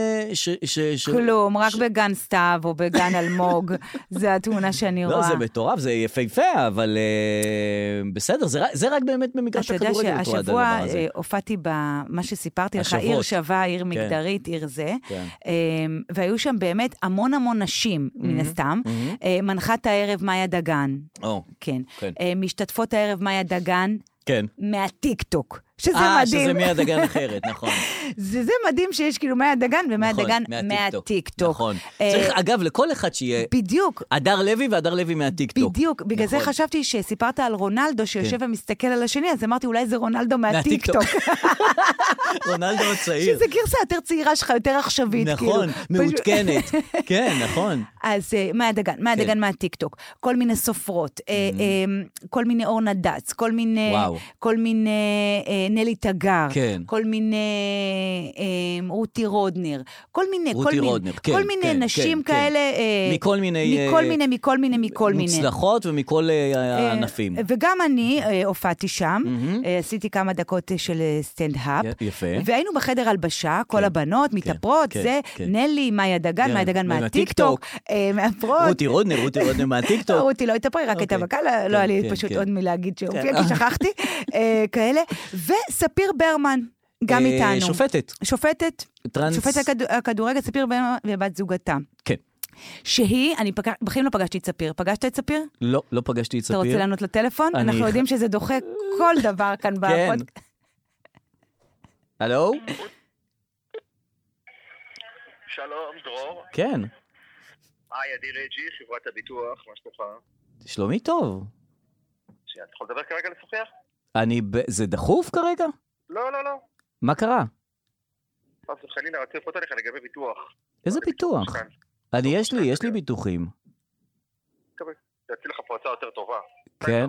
כלום, רק בגן סתיו או בגן אלמוג, זה התמונה שאני רואה. לא, זה מטורף, זה יפהפה, אבל בסדר, זה רק באמת במגרש הכדורגל. אתה יודע שהשבוע הופעתי במה שסיפרתי לך, עיר שווה, עיר מגדרית, עיר זה, והיו שם באמת המון המון נשים, מן הסתם, מנחת הערב מאיה דגן, כן, משתתפות הערב מאיה דגן, כן. מהטיק-טוק. שזה 아, מדהים. שזה מאיה דגן אחרת, נכון. זה, זה מדהים שיש כאילו מאיה דגן ומאיה נכון, דגן מהטיק-טוק. נכון. צריך, אגב, לכל אחד שיהיה... בדיוק. הדר לוי והדר לוי מהטיק-טוק. בדיוק. בגלל נכון. זה חשבתי שסיפרת על רונלדו שיושב כן. ומסתכל על השני, אז אמרתי אולי זה רונלדו מהטיק-טוק. רונלדו הצעיר. שזה גרסה יותר צעירה שלך, יותר עכשווית. נכון, כאילו. מעודכנת. כן, נכון. אז מאיה דגן, מאיה דגן מהטיק-טוק. כל מיני סופרות, כל מיני אור נדץ, כל מיני... כל מיני... נלי תגר, כן. כל מיני אה, רותי רודנר, כל מיני, רותי כל רודנר, מיני, כן, כל מיני כן, נשים כן, כאלה, כן. אה, מכל מיני, מכל מיני, מכל מיני, מכל מיני, מוצלחות ומכל אה, ענפים. וגם אני אה, הופעתי שם, mm-hmm. אה, עשיתי כמה דקות של סטנד-אפ, יפה. והיינו בחדר הלבשה, כל כן, הבנות, כן, מתאפרות, כן, זה כן. נלי, מאיה דגן, כן, מאיה דגן מהטיק-טוק, אה, מהפרות. רותי רודנר, רותי רודנר מהטיק-טוק. רותי לא התאפרי, רק הייתה בקל, לא היה לי פשוט עוד מילה להגיד שהופיע, כי שכחתי, כאלה, וספיר ברמן. גם איתנו. שופטת. שופטת. טרנס. שופטת הכדורגל, ספיר ובת זוגתה. כן. שהיא, אני בחיים לא פגשתי את ספיר. פגשת את ספיר? לא, לא פגשתי את ספיר. אתה רוצה לענות לטלפון? אנחנו יודעים שזה דוחה כל דבר כאן בפוד. הלו? שלום, דרור. כן. היי, עדי רג'י, חברת הביטוח, מה שלומך? שלומי טוב. שנייה, אתה יכול לדבר כרגע לשוחח? אני, זה דחוף כרגע? לא, לא, לא. מה קרה? אז חלילה, רציתי לפות עליך לגבי ביטוח. איזה ביטוח? אני, יש לי, יש לי ביטוחים. תציל לך פה הצעה יותר טובה. כן.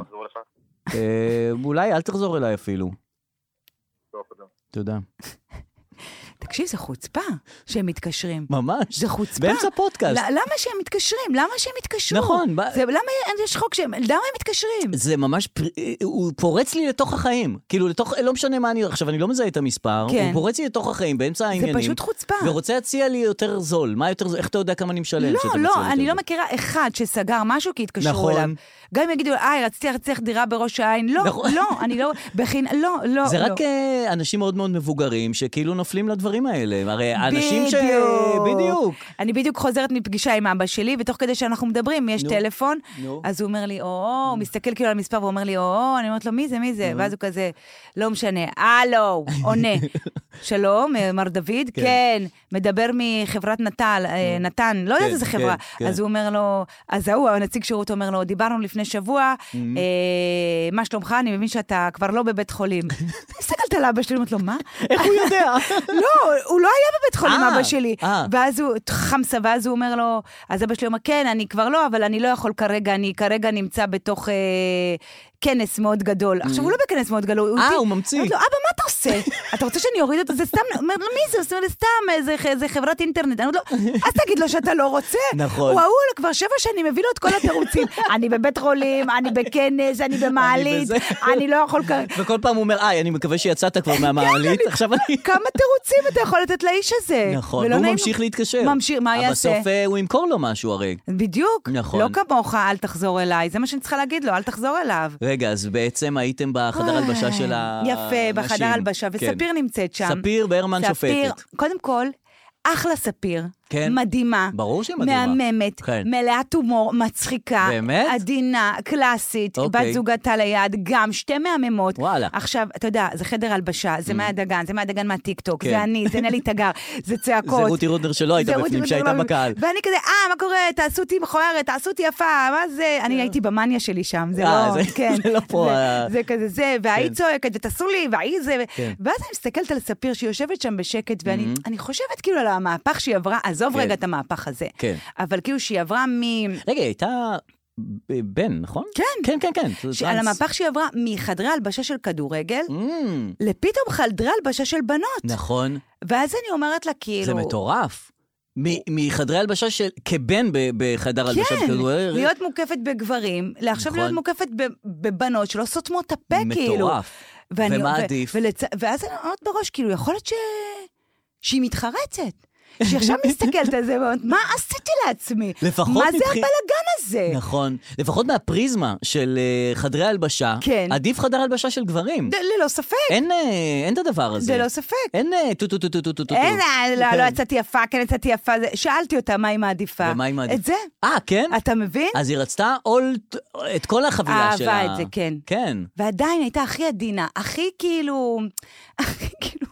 אולי אל תחזור אליי אפילו. טוב, תודה. תודה. תקשיב, זה חוצפה שהם מתקשרים. ממש. זה חוצפה. באמצע פודקאסט. למה שהם מתקשרים? למה שהם מתקשרו? נכון. זה, למה יש חוק שהם, למה הם מתקשרים? זה ממש, הוא פורץ לי לתוך החיים. כאילו, לתוך, לא משנה מה אני, עכשיו אני לא מזהה את המספר, כן. הוא פורץ לי לתוך החיים, באמצע העניינים. זה פשוט חוצפה. ורוצה להציע לי יותר זול. מה יותר זול? איך אתה יודע כמה אני משלם? לא, לא, אני לא מכירה אחד שסגר משהו כי התקשרו נכון. אליו. גם אם יגידו, איי, רציתי להצליח דירה בראש העין. לא, נכון. לא, אני לא, בכין, לא, לא. זה לא. רק אנשים מאוד מאוד מבוגרים שכאילו נופלים לדברים האלה. הרי אנשים ש... בדיוק. אני בדיוק חוזרת מפגישה עם אבא שלי, ותוך כדי שאנחנו מדברים, יש טלפון, אז הוא אומר לי, או, הוא מסתכל כאילו על המספר, והוא אומר לי, או, אני אומרת לו, מי זה, מי זה? ואז הוא כזה, לא משנה, הלו, עונה. שלום, מר דוד, כן, מדבר מחברת נטל, נתן, לא יודעת איזה חברה. אז הוא אומר לו, אז הוא, הנציג שירות אומר לו, דיברנו לפני שבוע, מה שלומך? אני מבין שאתה כבר לא בבית חולים. הסתכלת על אבא שלי, אומרת לו, מה? איך הוא יודע? לא, הוא לא היה בבית חולים, אבא שלי. ואז הוא, חמסה, ואז הוא אומר לו, אז אבא שלי אומר, כן, אני כבר לא, אבל אני לא יכול כרגע, אני כרגע נמצא בתוך כנס מאוד גדול. עכשיו, הוא לא בכנס מאוד גדול. אה, הוא ממציא. אמרתי לו, אבא, מה אתה עושה? אתה רוצה שאני אוריד אותו? זה סתם, אומר לו, מי זה? עושה לי סתם, זה חברת אינטרנט. אני אומרת לו, אז תגיד לו שאתה לא רוצה. נכון. הוא כבר שבע שנים, מביא לו את כל התירוצים. אני בבית חולים, אני בכנס, אני במעלית, אני לא יכול כרגע. וכל פעם הוא אומר, איי, אני מקווה שיצאת כבר מהמעלית. עכשיו אני... כמה תירוצים אתה יכול לתת לאיש הזה? נכון, והוא ממשיך להתקשר. ממשיך, מה יעשה? בסוף הוא ימכור לו משהו הרי. בדיוק. לא כמוך, אל תחזור אליי. זה מה שאני צריכה להגיד לו, אל תחזור אליו. רגע, אז בעצם הייתם בחדר הלבשה של הנשים. יפה, בחדר הלבשה, וספיר נמצאת שם. ספיר ברמן שופטת. קודם כל, אחלה ספיר. כן. מדהימה. ברור שהיא מדהימה. מהממת, כן. מלאת הומור, מצחיקה. באמת? עדינה, קלאסית, אוקיי. בת זוגתה ליד, גם שתי מהממות. וואלה. עכשיו, אתה יודע, זה חדר הלבשה, זה מאיה דגן, זה מאיה דגן מהטיקטוק, כן. זה אני, זה נלי תגר, זה צעקות. זה רותי רודנר שלא הייתה בפנים, שהייתה בקהל. ואני כזה, אה, מה קורה? תעשו אותי מכוערת, תעשו אותי יפה, מה זה? אני הייתי במניה שלי שם, זה לא, כן. זה לא פה. זה כזה זה, והיא צועקת, ותעשו לי, והיא זה. ואז אני מסתכלת על ספיר שהיא יושבת שם בשקט, ואני חושבת כאילו על המהפך שהיא עברה, עזוב רגע את המהפך הזה. כן. אבל כאילו שהיא עברה מ... רגע, היא הייתה בן, נכון? כן. כן, כן, כן. על המהפך שהיא עברה מחדרי הלבשה של כדורגל, לפתאום חדרי הלבשה של בנות. נכון. ואז אני אומרת לה כאילו... זה מטורף. מחדרי הלבשה של... כבן בחדר הלבשה של כדורגל. כן, להיות מוקפת בגברים, לעכשיו להיות מוקפת בבנות שלא סותמות הפה כאילו. מטורף. ומה עדיף? ואז אני אומרת בראש, כאילו, יכול להיות שהיא מתחרצת. שעכשיו מסתכלת על זה, מה עשיתי לעצמי? מה זה הבלגן הזה? נכון. לפחות מהפריזמה של חדרי הלבשה, עדיף חדר הלבשה של גברים. ללא ספק. אין את הדבר הזה. ללא ספק. אין טו טו טו טו טו טו טו. אין, לא יצאתי יפה, כן יצאתי יפה. שאלתי אותה מה היא מעדיפה. ומה היא מעדיפה? את זה. אה, כן? אתה מבין? אז היא רצתה את כל החבילה שלה. אהבה את זה, כן. כן. ועדיין הייתה הכי עדינה, הכי כאילו... הכי כאילו...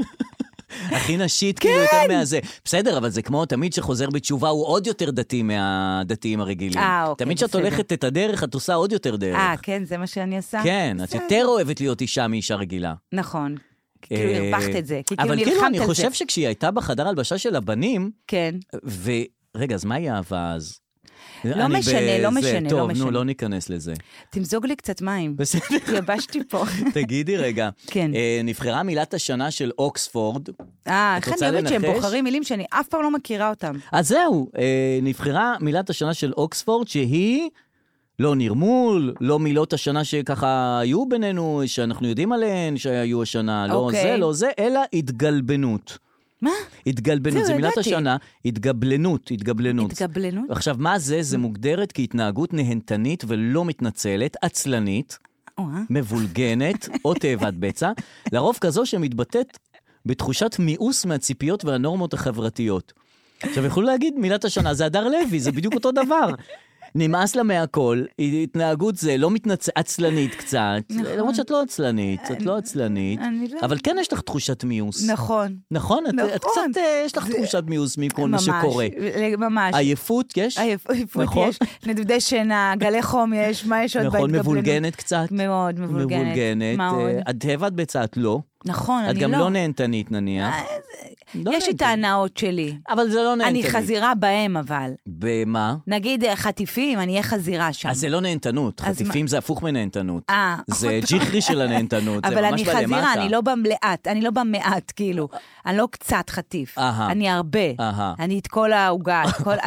הכי נשית, כאילו יותר מהזה. בסדר, אבל זה כמו תמיד שחוזר בתשובה, הוא עוד יותר דתי מהדתיים הרגילים. תמיד שאת הולכת את הדרך, את עושה עוד יותר דרך. אה, כן, זה מה שאני עושה? כן, את יותר אוהבת להיות אישה מאישה רגילה. נכון. כאילו הרווחת את זה, כי כאילו אבל נלחמת כאילו על זה. אני חושב שכשהיא הייתה בחדר הלבשה של הבנים, כן. ורגע, אז מה היא אהבה אז? לא משנה, לא משנה, טוב, לא משנה. נו, לא ניכנס לזה. תמזוג לי קצת מים. בסדר. יבשתי פה. תגידי רגע. כן. נבחרה מילת השנה של אוקספורד. אה, איך אני אוהבת שהם בוחרים מילים שאני אף פעם לא מכירה אותם. אז זהו, נבחרה מילת השנה של אוקספורד, שהיא לא נרמול, לא מילות השנה שככה היו בינינו, שאנחנו יודעים עליהן, שהיו השנה, לא זה, לא זה, אלא התגלבנות. מה? התגלבנות, זה מילת השנה, התגבלנות, התגבלנות. התגבלנות? עכשיו, מה זה? זה מוגדרת כהתנהגות נהנתנית ולא מתנצלת, עצלנית, מבולגנת, או תאבת בצע, לרוב כזו שמתבטאת בתחושת מיאוס מהציפיות והנורמות החברתיות. עכשיו, יכולו להגיד, מילת השנה זה הדר לוי, זה בדיוק אותו דבר. נמאס לה מהכל, התנהגות זה לא מתנצלת, עצלנית קצת, למרות שאת לא עצלנית, את לא עצלנית, אבל כן יש לך תחושת מיוס. נכון. נכון? את קצת, יש לך תחושת מיוס מכל מה שקורה. ממש. עייפות יש? עייפות יש, נדודי שינה, גלי חום יש, מה יש עוד בהתגבלנות? נכון, מבולגנת קצת. מאוד מבולגנת. מבולגנת. את תאבת בצעת לא. נכון, אני לא. את גם לא נהנתנית נניח. יש את ההנאות שלי. אבל זה לא נהנתנית. אני חזירה בהם אבל. במה? נגיד חטיפים, אני אהיה חזירה שם. אז זה לא נהנתנות, חטיפים זה הפוך מנהנתנות. אה. זה ג'יחרי של הנהנתנות, זה ממש בלמטה. אבל אני חזירה, אני לא במלאת, אני לא במעט, כאילו. אני לא קצת חטיף. אני הרבה. אני את כל העוגה, את כל...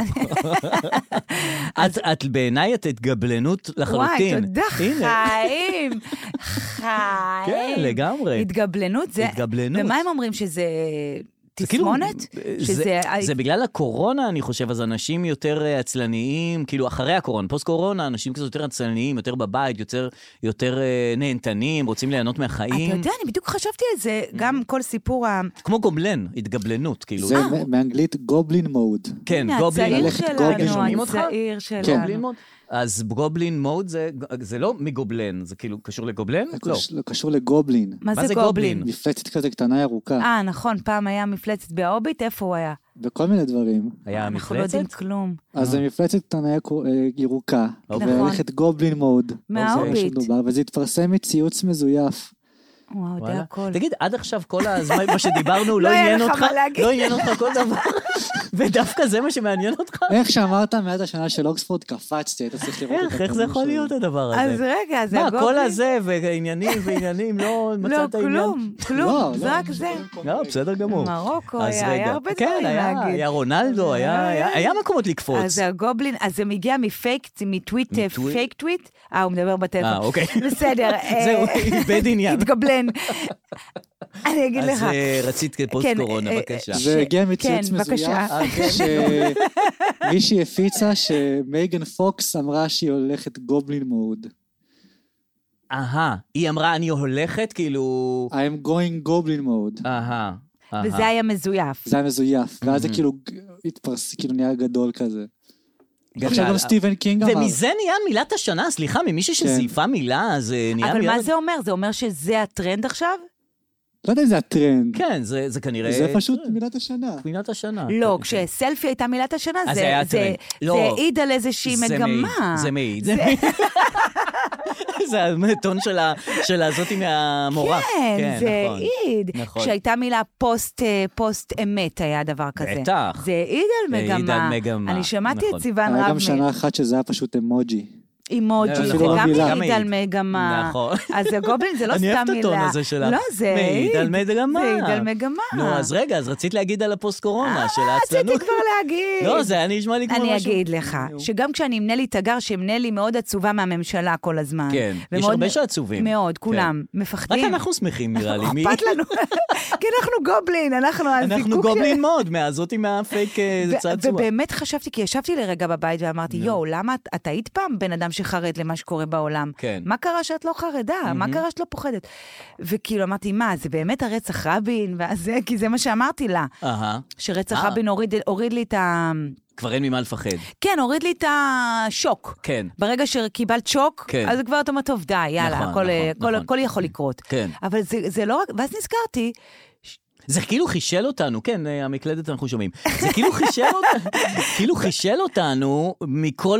את בעיניי את התגבלנות לחלוטין. וואי, תודה, חיים. חיים. כן, לגמרי. התגבלנות זה... התגבלנות. ומה הם אומרים שזה... תסמונת? זה, זה בגלל הקורונה, אני חושב, אז אנשים יותר עצלניים, כאילו אחרי הקורונה, פוסט קורונה, אנשים כזה יותר עצלניים, יותר בבית, יותר, יותר נהנתנים, רוצים ליהנות מהחיים. אתה יודע, אני בדיוק חשבתי על זה, גם כל סיפור ה... כמו גובלן, התגבלנות, כאילו. זה מאנגלית גובלין מוד. כן, גובלין. הצעיר שלנו, הצעיר שלנו. אז גובלין מוד זה, זה לא מגובלן, זה כאילו קשור לגובלן? לא. זה קשור לגובלין. מה זה גובלין? מפלצת כזה קטנה ירוקה. אה, נכון, פעם היה מפלצת בהוביט, איפה הוא היה? וכל מיני דברים. היה מפלצת? אנחנו לא יודעים כלום. אז זה מפלצת קטנה ירוקה, והלכת גובלין מוד. מההוביט. וזה התפרסם מציוץ מזויף. וואו, די הכל. תגיד, עד עכשיו כל הזמן, מה שדיברנו, לא עניין אותך, לא עניין אותך כל דבר, ודווקא זה מה שמעניין אותך? איך שאמרת מעט השנה של אוקספורד, קפצתי, אתה צריך לראות את איך, איך זה יכול להיות הדבר הזה? אז רגע, זה הגובלין. מה, כל הזה, ועניינים ועניינים, לא מצאת העניין? לא, כלום, כלום, זה רק זה. לא, בסדר גמור. מרוקו, היה הרבה דברים להגיד. כן, היה רונלדו, היה מקומות לקפוץ. אז זה הגובלין, אז זה מגיע מפייק, מטוויט, פייק טוויט, אה, הוא מדבר בטלפון. אה, אוקיי. בסדר. זהו, איבד עניין. התגבלן. אני אגיד לך. אז רצית פוסט קורונה, בבקשה. זה הגיע מציוץ מזויף, שמישהי הפיצה שמייגן פוקס אמרה שהיא הולכת גובלין מוד. אהה, היא אמרה אני הולכת כאילו... I'm going goblin mode. אהה. וזה היה מזויף. זה היה מזויף, ואז זה כאילו התפרס, כאילו נהיה גדול כזה. עכשיו גם סטיבן קינג אמר. ומזה נהיה מילת השנה, סליחה, ממישהו שזייפה מילה, זה נהיה אבל מה זה אומר? זה אומר שזה הטרנד עכשיו? לא יודע אם זה הטרנד. כן, זה כנראה... זה פשוט מילת השנה. מילת השנה. לא, כשסלפי הייתה מילת השנה, זה העיד על איזושהי מגמה. זה מעיד, זה מעיד. זה המטון של הזאת מהמורה. כן, זה העיד. כשהייתה מילה פוסט אמת היה דבר כזה. בטח. זה העיד על מגמה. אני שמעתי את סיוון רב. היה גם שנה אחת שזה היה פשוט אמוג'י. אימוג'י, זה גם מעיד על מגמה. נכון. אז הגובלין זה לא סתם מילה. אני אוהבת הטון הזה שלך. לא, זה מעיד על מגמה. זה מעיד על מגמה. נו, אז רגע, אז רצית להגיד על הפוסט קורונה של העצלנות. רציתי כבר להגיד. לא, זה היה נשמע לי כמו משהו. אני אגיד לך, שגם כשאני אמנה לי תגר, שאמנה לי מאוד עצובה מהממשלה כל הזמן. כן, יש הרבה שעצובים. מאוד, כולם. מפחדים. רק אנחנו שמחים, נראה לי. אכפת לנו. כי אנחנו גובלין, אנחנו אנחנו גובלין מאוד, מהזאתי מהפייק צעצוע. ובאמת חשבתי, כי ישבתי לרגע בבית ואמרתי, יואו, למה את היית פעם בן אדם שחרד למה שקורה בעולם? כן. מה קרה שאת לא חרדה? מה קרה שאת לא פוחדת? וכאילו אמרתי, מה, זה באמת הרצח רבין? וזה, כי זה מה שאמרתי לה. שרצח רבין הוריד לי את ה... כבר אין ממה לפחד. כן, הוריד לי את השוק. כן. ברגע שקיבלת שוק, אז כבר אתה אומר, טוב, די, יאללה, הכל יכול לקרות. כן. אבל זה לא רק, ואז נזכרתי, זה כאילו חישל אותנו, כן, המקלדת אנחנו שומעים. זה כאילו חישל אותנו, כאילו חישל אותנו מכל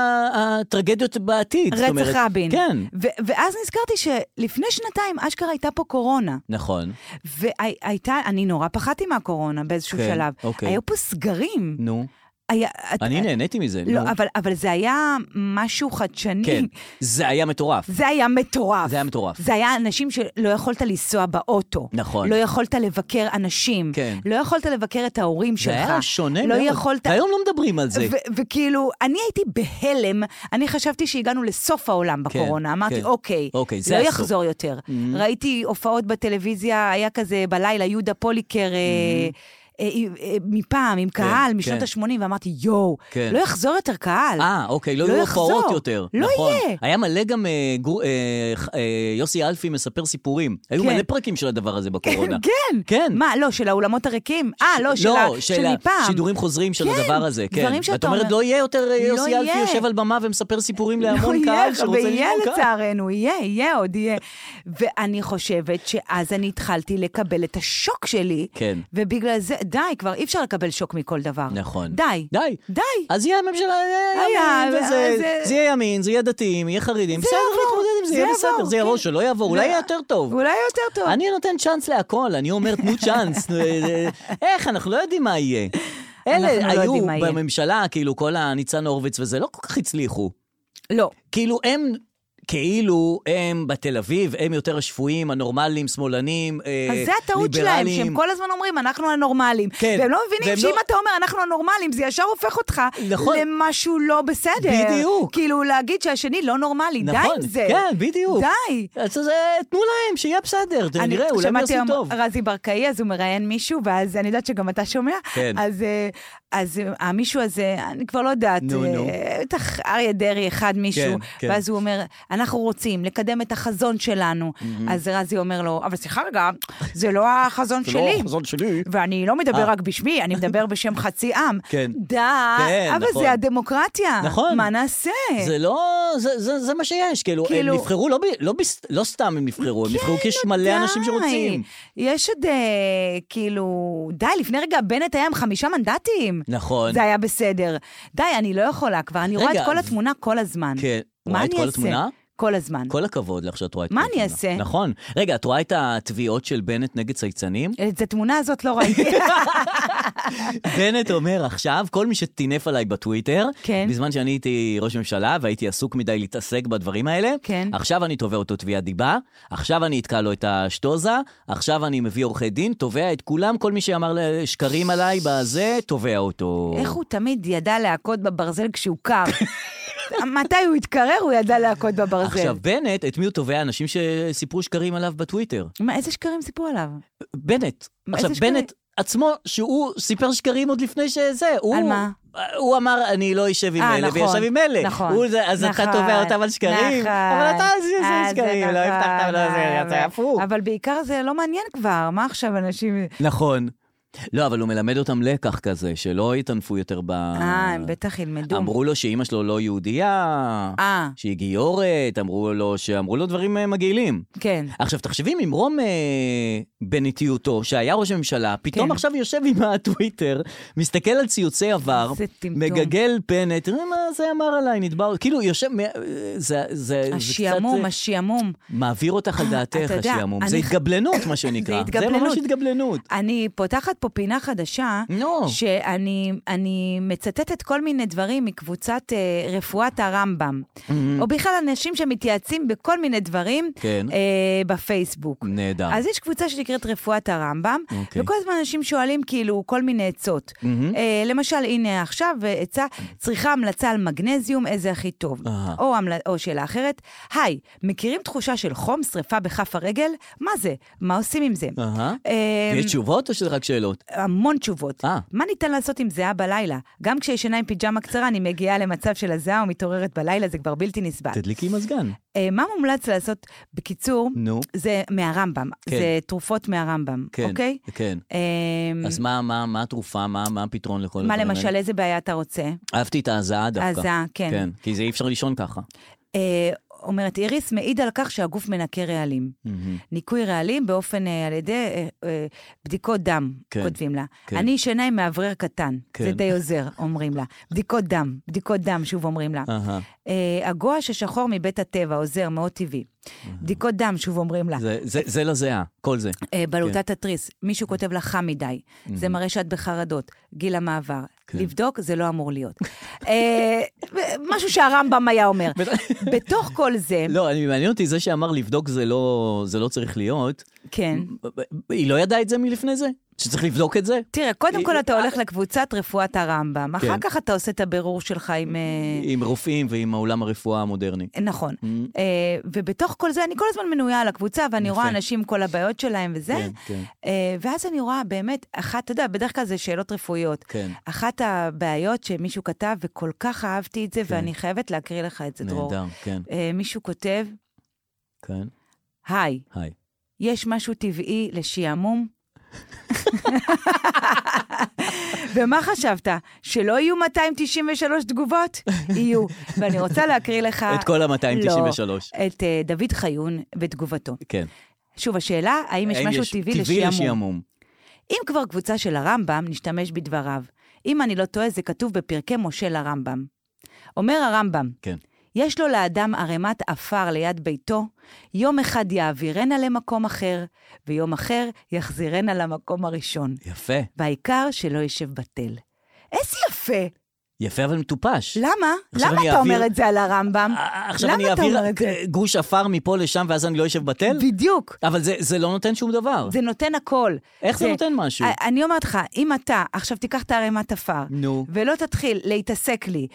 הטרגדיות בעתיד. רצח רבין. כן. ואז נזכרתי שלפני שנתיים אשכרה הייתה פה קורונה. נכון. והייתה, אני נורא פחדתי מהקורונה באיזשהו שלב. היו פה סגרים. נו. היה, אני נהניתי מזה. לא, אבל, אבל זה היה משהו חדשני. כן, זה היה מטורף. זה היה מטורף. זה היה מטורף. זה היה אנשים שלא יכולת לנסוע באוטו. נכון. לא יכולת לבקר אנשים. כן. לא יכולת לבקר את ההורים שלך. זה היה שונה לא מאוד. יכולת... היום לא מדברים על זה. וכאילו, אני הייתי בהלם, אני חשבתי שהגענו לסוף העולם בקורונה. כן, אמרתי, כן. אוקיי, אוקיי, לא יחזור יותר. Mm-hmm. ראיתי הופעות בטלוויזיה, היה כזה בלילה, יהודה פוליקר... Mm-hmm. מפעם, עם קהל, משנות ה-שמונים, ואמרתי, יואו, לא יחזור יותר קהל. אה, אוקיי, לא יהיו הופעות יותר. לא יהיה. היה מלא גם יוסי אלפי מספר סיפורים. היו מלא פרקים של הדבר הזה בקורונה. כן. כן. מה, לא, של האולמות הריקים? אה, לא, של מפעם. שידורים חוזרים של הדבר הזה, כן. דברים שאתה אומר. ואת אומרת, לא יהיה יותר יוסי אלפי יושב על במה ומספר סיפורים להמון קהל שרוצה לשמוע ויהיה לצערנו, יהיה, יהיה, עוד יהיה. ואני חושבת שאז אני התחלתי לקבל את השוק שלי, ובגלל זה, די, כבר אי אפשר לקבל שוק מכל דבר. נכון. די. די. די. אז יהיה הממשלה, זה יהיה ימין, זה יהיה דתיים, יהיה חרדים, בסדר, להתמודד עם זה, יהיה בסדר, זה יבוא, שלא יעבור, אולי יהיה יותר טוב. אולי יהיה יותר טוב. אני נותן צ'אנס להכל, אני אומר, תנו צ'אנס. איך, אנחנו לא יודעים מה יהיה. אלה היו בממשלה, כאילו כל הניצן הורוביץ וזה, לא כל כך הצליחו. לא. כאילו הם... כאילו הם בתל אביב, הם יותר השפויים, הנורמליים, שמאלנים, ליברליים. אז זה הטעות שלהם, שהם כל הזמן אומרים, אנחנו הנורמליים. כן. והם לא מבינים שאם לא... אתה אומר, אנחנו הנורמליים, זה ישר הופך אותך נכון. למשהו לא בסדר. בדיוק. כאילו להגיד שהשני לא נורמלי, נכון. די עם זה. כן, בדיוק. די. אז זה, תנו להם, שיהיה בסדר, נראה, אולי הם יעשו טוב. רזי ברקאי, אז הוא מראיין מישהו, ואז אני יודעת שגם אתה שומע. כן. אז... אז המישהו הזה, אני כבר לא יודעת, בטח אריה דרעי אחד מישהו, ואז הוא אומר, אנחנו רוצים לקדם את החזון שלנו. אז רזי אומר לו, אבל סליחה רגע, זה לא החזון שלי. זה לא החזון שלי. ואני לא מדבר רק בשמי, אני מדבר בשם חצי עם. כן. די, אבל זה הדמוקרטיה. נכון. מה נעשה? זה לא, זה מה שיש, כאילו, הם נבחרו, לא סתם הם נבחרו, הם נבחרו כי יש מלא אנשים שרוצים. יש עוד, כאילו, די, לפני רגע, בנט היה עם חמישה מנדטים. נכון. זה היה בסדר. די, אני לא יכולה כבר, אני רואה את כל התמונה כל הזמן. כן. רואה את כל התמונה? כל הזמן. כל הכבוד לך שאת רואה את כל התמונה. מה אני אעשה? נכון. רגע, את רואה את התביעות של בנט נגד צייצנים? את התמונה הזאת לא ראיתי. בנט אומר עכשיו, כל מי שתינף עליי בטוויטר, בזמן שאני הייתי ראש ממשלה, והייתי עסוק מדי להתעסק בדברים האלה, עכשיו אני תובע אותו תביעת דיבה, עכשיו אני אתקע לו את השטוזה, עכשיו אני מביא עורכי דין, תובע את כולם, כל מי שאמר שקרים עליי בזה, תובע אותו. איך הוא תמיד ידע להכות בברזל כשהוא קר? מתי הוא התקרר, הוא ידע להכות בברזל. עכשיו, בנט, את מי הוא תובע? אנשים שסיפרו שקרים עליו בטוויטר. מה, איזה שקרים סיפרו עליו? בנט. עכשיו, בנט עצמו, שהוא סיפר שקרים עוד לפני שזה. על מה? הוא אמר, אני לא אשב עם אלה, וישב עם אלה. נכון. אז אתה תובע אותם על שקרים. אבל אתה עושה שקרים, לא הבטחת ולא זה, יצא הפוך. אבל בעיקר זה לא מעניין כבר, מה עכשיו אנשים... נכון. לא, אבל הוא מלמד אותם לקח כזה, שלא יתענפו יותר ב... אה, הם בטח ילמדו. אמרו לו שאמא שלו לא יהודייה, אה. שהיא גיורת, אמרו לו שאמרו לו דברים מגעילים. כן. עכשיו, תחשבי, ממרום אה, בניטיותו, שהיה ראש הממשלה, פתאום כן. עכשיו יושב עם הטוויטר, מסתכל על ציוצי עבר, מגגל פנט, תראה מה זה אמר עליי, נדבר, כאילו יושב, זה, זה, השיעמום, זה קצת... השיעמום. מעביר אותך על דעתך, השיעמום. אני... זה התגבלנות, מה שנקרא. זה התגבלנות. זה ממש התגבלנות. אני פותחת פה פינה חדשה, no. שאני אני מצטטת כל מיני דברים מקבוצת uh, רפואת הרמב"ם, mm-hmm. או בכלל אנשים שמתייעצים בכל מיני דברים כן. uh, בפייסבוק. נהדר. אז יש קבוצה שנקראת רפואת הרמב"ם, okay. וכל הזמן אנשים שואלים כאילו כל מיני עצות. Mm-hmm. Uh, למשל, הנה עכשיו, עצה, צריכה המלצה על מגנזיום, איזה הכי טוב. Uh-huh. או, המל... או שאלה אחרת, היי, מכירים תחושה של חום, שריפה בכף הרגל? מה זה? מה עושים עם זה? Uh-huh. Uh, יש תשובות או שזה רק שאלות? המון תשובות. 아. מה ניתן לעשות עם זהה בלילה? גם כשישנה עם פיג'מה קצרה, אני מגיעה למצב של הזהה ומתעוררת בלילה, זה כבר בלתי נסבל. תדליקי מזגן. מה מומלץ לעשות? בקיצור, נו. זה מהרמב"ם. כן. זה תרופות מהרמב"ם, כן, אוקיי? כן. אז מה, מה, מה התרופה? מה, מה הפתרון לכל מה למשל, איזה בעיה אתה רוצה? אהבתי את ההזעה דווקא. ההזעה, כן. כן, כי זה אי אפשר לישון ככה. אומרת, איריס מעיד על כך שהגוף מנקה רעלים. Mm-hmm. ניקוי רעלים באופן, אה, על ידי אה, אה, בדיקות דם, כן, כותבים לה. כן. אני ישנה עם מאוורר קטן, כן. זה די עוזר, אומרים לה. בדיקות דם, בדיקות דם, שוב אומרים לה. Uh-huh. אה, הגועש השחור מבית הטבע, עוזר, מאוד טבעי. Uh-huh. בדיקות דם, שוב אומרים לה. זה, זה, זה לא זהה, כל זה. אה, בלוטת כן. התריס, מישהו כותב לה חם מדי. Mm-hmm. זה מראה שאת בחרדות, גיל המעבר. כן. לבדוק, זה לא אמור להיות. משהו שהרמב"ם היה אומר. בתוך כל זה... לא, אני מעניין אותי, זה שאמר לבדוק זה לא, זה לא צריך להיות. כן. היא לא ידעה את זה מלפני זה? שצריך לבדוק את זה? תראה, קודם כל אתה הולך לקבוצת רפואת הרמב"ם. אחר כך אתה עושה את הבירור שלך עם... עם רופאים ועם העולם הרפואה המודרני. נכון. ובתוך כל זה, אני כל הזמן מנויה על הקבוצה, ואני רואה אנשים כל הבעיות שלהם וזה. ואז אני רואה באמת, אחת, אתה יודע, בדרך כלל זה שאלות רפואיות. אחת הבעיות שמישהו כתב, וכל כך אהבתי את זה, ואני חייבת להקריא לך את זה, דרור. נהדר, כן. מישהו כותב, כן. היי. היי. יש משהו טבעי לשיעמום? ומה חשבת? שלא יהיו מאתיים תשעים ושלוש תגובות? יהיו. ואני רוצה להקריא לך... את כל ה-מאתיים תשעים ושלוש. לא, את uh, דוד חיון בתגובתו. כן. שוב, השאלה, האם יש משהו טבעי לשיעמום? לשיעמום? אם כבר קבוצה של הרמב"ם, נשתמש בדבריו. אם אני לא טועה, זה כתוב בפרקי משה לרמב"ם. אומר הרמב"ם, כן. יש לו לאדם ערימת אפר ליד ביתו, יום אחד יעבירנה למקום אחר, ויום אחר יחזירנה למקום הראשון. יפה. והעיקר שלא יישב בטל. איזה יפה! יפה אבל מטופש. למה? למה אתה אומר את זה על הרמב"ם? עכשיו אני אעביר גוש אפר מפה לשם ואז אני לא יושב בטל? בדיוק. אבל זה לא נותן שום דבר. זה נותן הכל. איך זה נותן משהו? אני אומרת לך, אם אתה עכשיו תיקח את הערימת אפר, ולא תתחיל להתעסק לי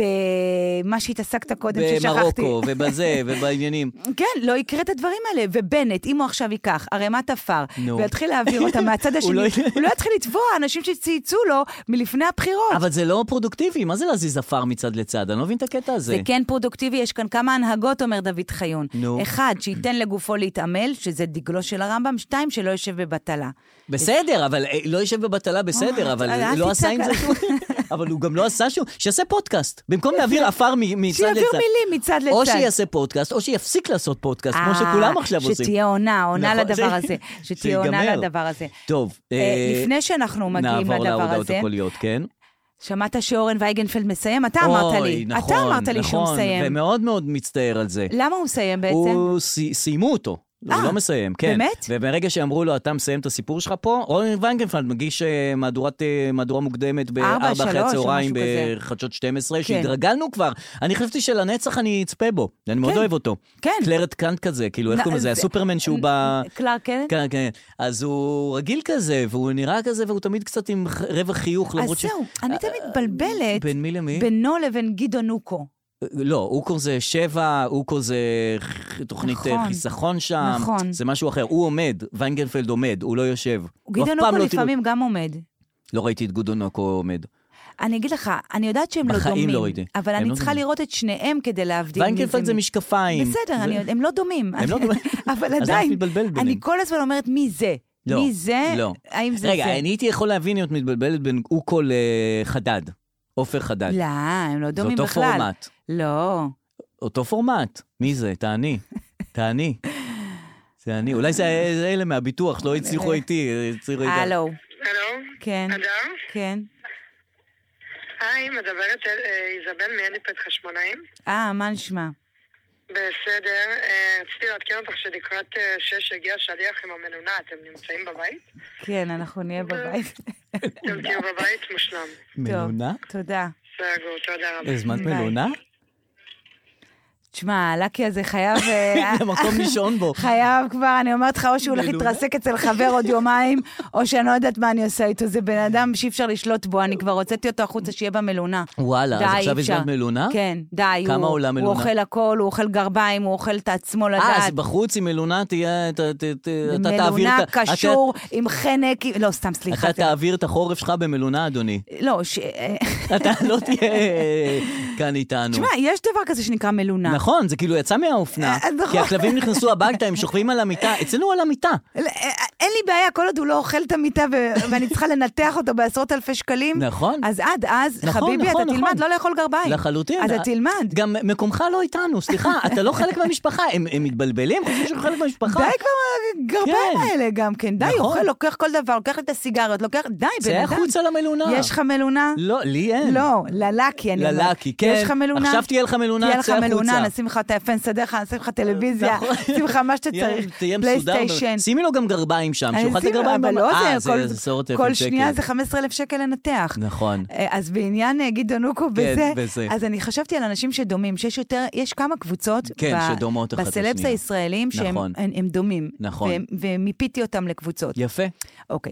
במה שהתעסקת קודם ששכחתי. במרוקו ובזה ובעניינים. כן, לא יקרה את הדברים האלה. ובנט, אם הוא עכשיו ייקח ערימת אפר, ויתחיל להעביר אותה מהצד השני, הוא לא יתחיל לתבוע אנשים שצייצו לו מלפני הבחירות. אבל זה לא פרודוקטיבי. מה זה להזיז אפר מצד לצד? אני לא מבין את הקטע הזה. זה כן פרודוקטיבי, יש כאן כמה הנהגות, אומר דוד חיון. No. אחד, שייתן לגופו להתעמל, שזה דגלו של הרמב"ם, שתיים, שלא יושב בבטלה. בסדר, אבל לא יושב בבטלה בסדר, אבל לא עשה עם זה שום... אבל הוא גם לא עשה שום... שיעשה פודקאסט. במקום להעביר אפר מצד לצד. שיעביר מילים מצד לצד. או שיעשה פודקאסט, או שיפסיק לעשות פודקאסט, כמו שכולם עכשיו עושים. שתהיה עונה, עונה לדבר הזה. שתהיה עונה לדבר הזה. טוב. לפני שאנחנו מגיעים לדבר הזה. נעבור להודעות הקוליות, כן? שמעת שאורן וייגנפלד מסיים? אתה אמרת לי. נכון, אתה אמרת לי שהוא מסיים. ומאוד מאוד מצטער על זה. למה הוא מסיים בעצם? הוא סיימו אותו. הוא לא מסיים, כן. באמת? וברגע שאמרו לו, אתה מסיים את הסיפור שלך פה, אורן וייגנפלד מגיש מהדורה מוקדמת בארבע אחרי הצהריים בחדשות שתים עשרה, שהתרגלנו כבר. אני חשבתי שלנצח אני אצפה בו. אני מאוד אוהב אותו. כן. קלרת קאנט כזה, כאילו, איך קוראים לזה? הסופרמן שהוא ב... קלארק קנט? כן, כן. אז הוא רגיל כזה, והוא נראה כזה, והוא תמיד קצת עם רווח חיוך, למרות ש... אז זהו, אני תמיד מתבלבלת בין מי למי? בינו לבין גדעון אוקו. לא, אוקו זה שבע, אוקו זה תוכנית נכון, חיסכון שם, נכון. זה משהו אחר. הוא עומד, ויינגנפלד עומד, הוא לא יושב. גדעון אוקו לפעמים לא גם עומד. לא ראיתי את גדעון אוקו עומד. אני אגיד לך, אני יודעת שהם לא דומים, לא ראיתי. אבל אני לא צריכה דומים. לראות את שניהם כדי להבדיל. ויינגנפלד זה משקפיים. בסדר, זה... אני, הם לא דומים. הם לא דומים. אבל עדיין, אני כל הזמן אומרת מי זה. לא, מי זה? לא. האם זה רגע, זה? אני הייתי יכול להבין אם את מתבלבלת בין אוקו לחדד. עופר חדד. לא, הם לא דומים בכלל. זה אותו פורמט. לא. אותו פורמט. מי זה? תעני. תעני. זה אני. אולי זה אלה מהביטוח, לא הצליחו איתי. הלו. הלו. כן. אדם? כן. היי, מדברת איזבל מאליפט חשמונאים. אה, מה נשמע? בסדר. רציתי לעדכן אותך שלקראת שש הגיע שליח עם המנונה. אתם נמצאים בבית? כן, אנחנו נהיה בבית. אתם תהיו בבית מושלם. מלונה? תודה. סגור, תודה רבה. הזמנת מלונה? תשמע, הלקי הזה חייב... זה מקום לישון בו. חייב כבר, אני אומרת לך, או שהוא הולך להתרסק אצל חבר עוד יומיים, או שאני לא יודעת מה אני עושה איתו. זה בן אדם שאי אפשר לשלוט בו, אני כבר הוצאתי אותו החוצה שיהיה במלונה. וואלה, אז עכשיו הזמנת מלונה? כן, די. כמה עולה מלונה? הוא אוכל הכל, הוא אוכל גרביים, הוא אוכל את עצמו לדעת. אה, אז בחוץ עם מלונה תהיה... אתה תעביר... מלונה קשור עם חנק, לא, סתם, סליחה. אתה תעביר את החורף שלך במלונה, אדוני. לא, אתה לא תהיה כאן איתנו. תשמע, יש דבר כזה שנקרא מלונה. נכון, זה כאילו יצא מהאופנה, כי הכלבים נכנסו הביתה, הם שוכבים על המיטה, אצלנו על המיטה. אין לי בעיה, כל עוד הוא לא אוכל את המיטה, ואני צריכה לנתח אותו בעשרות אלפי שקלים. נכון. אז עד אז, חביבי, אתה תלמד לא לאכול גרביים. לחלוטין. אז אתה תלמד. גם מקומך לא איתנו, סליחה, אתה לא חלק מהמשפחה, הם מתבלבלים, חושבים שהוא חלק מהמשפחה. די כבר גרביים האלה גם כן, די, אוכל, לוקח כל דבר, לוקח את הסיגריות, לוקח, די, בן אדם. זה החוצה למלונה. יש לך מלונה? לא, לי אין. לא, ללקי, אני אומרת. ללקי, כן. יש לך מלונה? עכשיו תהיה לך מלונה, תהיה לך מלונה, נשים לך את האפן סדך, נשים לך טלוויזיה, שים לך מה שאתה צריך, פלייסטיישן. שימי לו גם גרביים שם, שיוכל את הגרביים. אבל לא זה, כל שנייה זה חמישה עשר אלף שקל לנתח. נכון. אז בעניין גדעון אוקו בזה, אז אני חשבתי על אנשים שדומים, שיש יותר, יש כמה קבוצות בסלבס הישראלים שהם דומים. נכון. ומיפיתי אותם לקבוצות. יפה. אוקיי.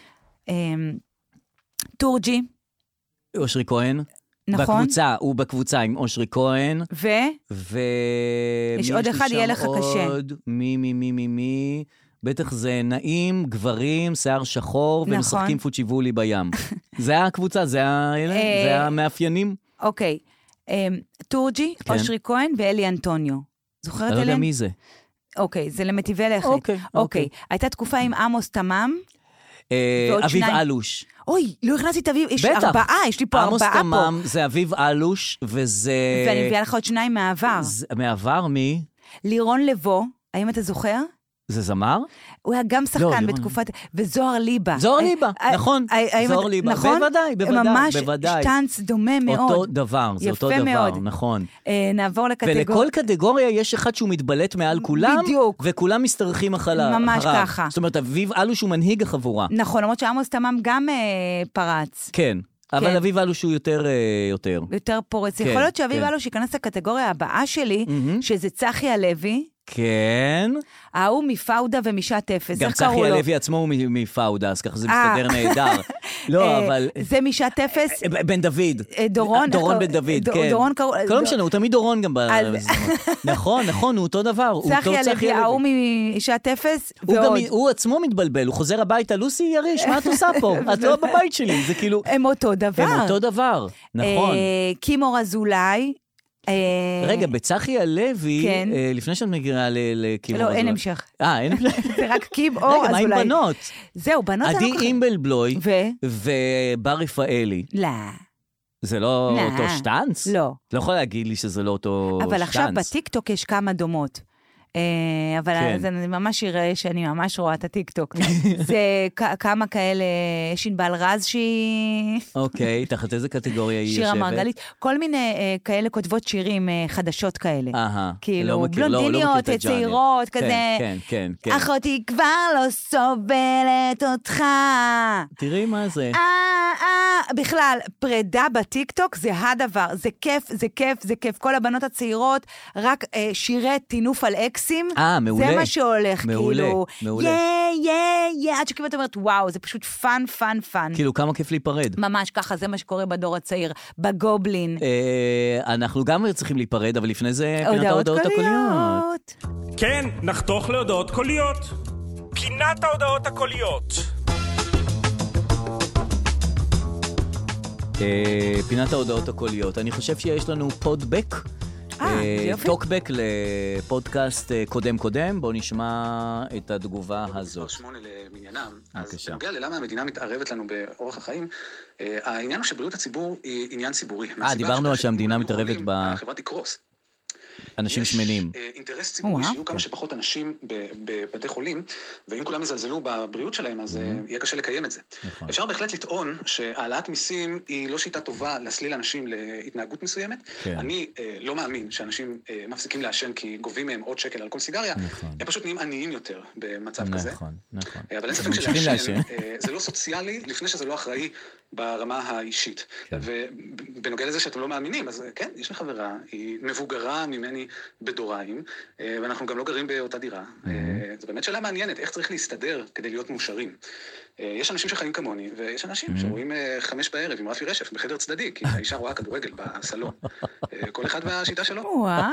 טורג'י. אושרי כהן. נכון. בקבוצה, הוא בקבוצה עם אושרי כהן. ו? ו... יש עוד אחד, יהיה לך קשה. מי, מי, מי, מי, מי. בטח זה נעים, גברים, שיער שחור, ומשחקים פוצ'יבולי בים. זה הקבוצה, זה המאפיינים. אוקיי. טורג'י, אושרי כהן ואלי אנטוניו. זוכרת אליהם? אני לא יודע מי זה. אוקיי, זה למטיבי לכת. אוקיי. אוקיי. הייתה תקופה עם עמוס תמם. אביב אלוש. אוי, לא הכנסתי את אביב, יש ארבעה, יש לי פה ארבעה פה. עמוס תמם זה אביב אלוש, וזה... ואני מביאה לך עוד שניים מהעבר. מהעבר מי? לירון לבו, האם אתה זוכר? זה זמר? הוא היה גם שחקן בתקופת... וזוהר ליבה. זוהר ליבה, נכון. זוהר ליבה. נכון? בוודאי, בוודאי. ממש שטנץ דומה מאוד. אותו דבר, זה אותו דבר, נכון. נעבור לקטגוריה. ולכל קטגוריה יש אחד שהוא מתבלט מעל כולם, בדיוק. וכולם מסתרכים אחריו. ממש ככה. זאת אומרת, אביב אלוש הוא מנהיג החבורה. נכון, למרות שעמוס תמם גם פרץ. כן. אבל אביב אלוש הוא יותר... יותר יותר פורץ. יכול להיות שאביב אלוש ייכנס לקטגוריה הבאה שלי, שזה צחי הלוי. כן. ההוא מפאודה ומשעת אפס. גם צחי הלוי עצמו הוא מפאודה, אז ככה זה מסתדר נהדר. לא, אבל... זה משעת אפס. בן דוד. דורון. דורון בן דוד, כן. דורון קראו... כל משנה, הוא תמיד דורון גם בזמן. נכון, נכון, הוא אותו דבר. צחי הלוי, ההוא משעת אפס, ועוד. הוא עצמו מתבלבל, הוא חוזר הביתה, לוסי יריש, מה את עושה פה? את לא בבית שלי, זה כאילו... הם אותו דבר. הם אותו דבר, נכון. קימור אזולאי. רגע, בצחי הלוי, לפני שאת מגיעה לקימור לא, אזולאי. אין המשך. אה, אין המשך. זה רק קים אור אזולאי. רגע, מה עם בנות? זהו, בנות... עדי אימבלבלוי ובר רפאלי. לא. זה לא אותו שטנץ? לא. לא יכול להגיד לי שזה לא אותו שטנץ. אבל עכשיו בטיקטוק יש כמה דומות. אבל זה ממש יראה שאני ממש רואה את הטיקטוק. זה כמה כאלה, יש ענבל רז שהיא... אוקיי, תחת איזה קטגוריה היא יושבת? שירה מרגלית, כל מיני כאלה כותבות שירים, חדשות כאלה. כאילו, בלונדיניות, צעירות, כזה. כן, כן, כן. אחותי כבר לא סובלת אותך. תראי מה זה. בכלל, פרידה בטיקטוק זה הדבר, זה כיף, זה כיף, זה כיף. כל הבנות הצעירות, רק שירי טינוף על אקס, אה, מעולה. זה מה שהולך, מעולה, כאילו, מעולה. יא, יא, יא, עד שכאילו אתה אומרת, וואו, זה פשוט פן, פן, פן. כאילו, כמה כיף להיפרד. ממש ככה, זה מה שקורה בדור הצעיר, בגובלין. אה, אנחנו גם צריכים להיפרד, אבל לפני זה פינת ההודעות הקוליות. כן, נחתוך להודעות קוליות. פינת ההודעות הקוליות. אה, פינת ההודעות הקוליות. אני חושב שיש לנו פודבק. טוקבק לפודקאסט קודם קודם, בואו נשמע את התגובה הזאת. שמונה למניינם, אז בנוגע ללמה המדינה מתערבת לנו באורח החיים, העניין הוא שבריאות הציבור היא עניין ציבורי. אה, דיברנו על שהמדינה מתערבת ב... החברה תקרוס. אנשים שמנים. יש אינטרס ציבורי שיהיו כמה שפחות אנשים בבתי חולים, ואם כולם יזלזלו בבריאות שלהם, אז יהיה קשה לקיים את זה. אפשר בהחלט לטעון שהעלאת מיסים היא לא שיטה טובה להסליל אנשים להתנהגות מסוימת. אני לא מאמין שאנשים מפסיקים לעשן כי גובים מהם עוד שקל על כל סיגריה, הם פשוט נהיים עניים יותר במצב כזה. נכון, נכון. אבל אין ספק שלעשן זה לא סוציאלי לפני שזה לא אחראי ברמה האישית. ובנוגע לזה שאתם לא מאמינים, אז כן, יש לי חברה, היא מבוגרה ממני בדוריים, ואנחנו גם לא גרים באותה דירה. זו באמת שאלה מעניינת, איך צריך להסתדר כדי להיות מאושרים. יש אנשים שחיים כמוני, ויש אנשים שרואים חמש בערב עם רפי רשף בחדר צדדי, כי האישה רואה כדורגל בסלון. כל אחד והשיטה שלו. וואו,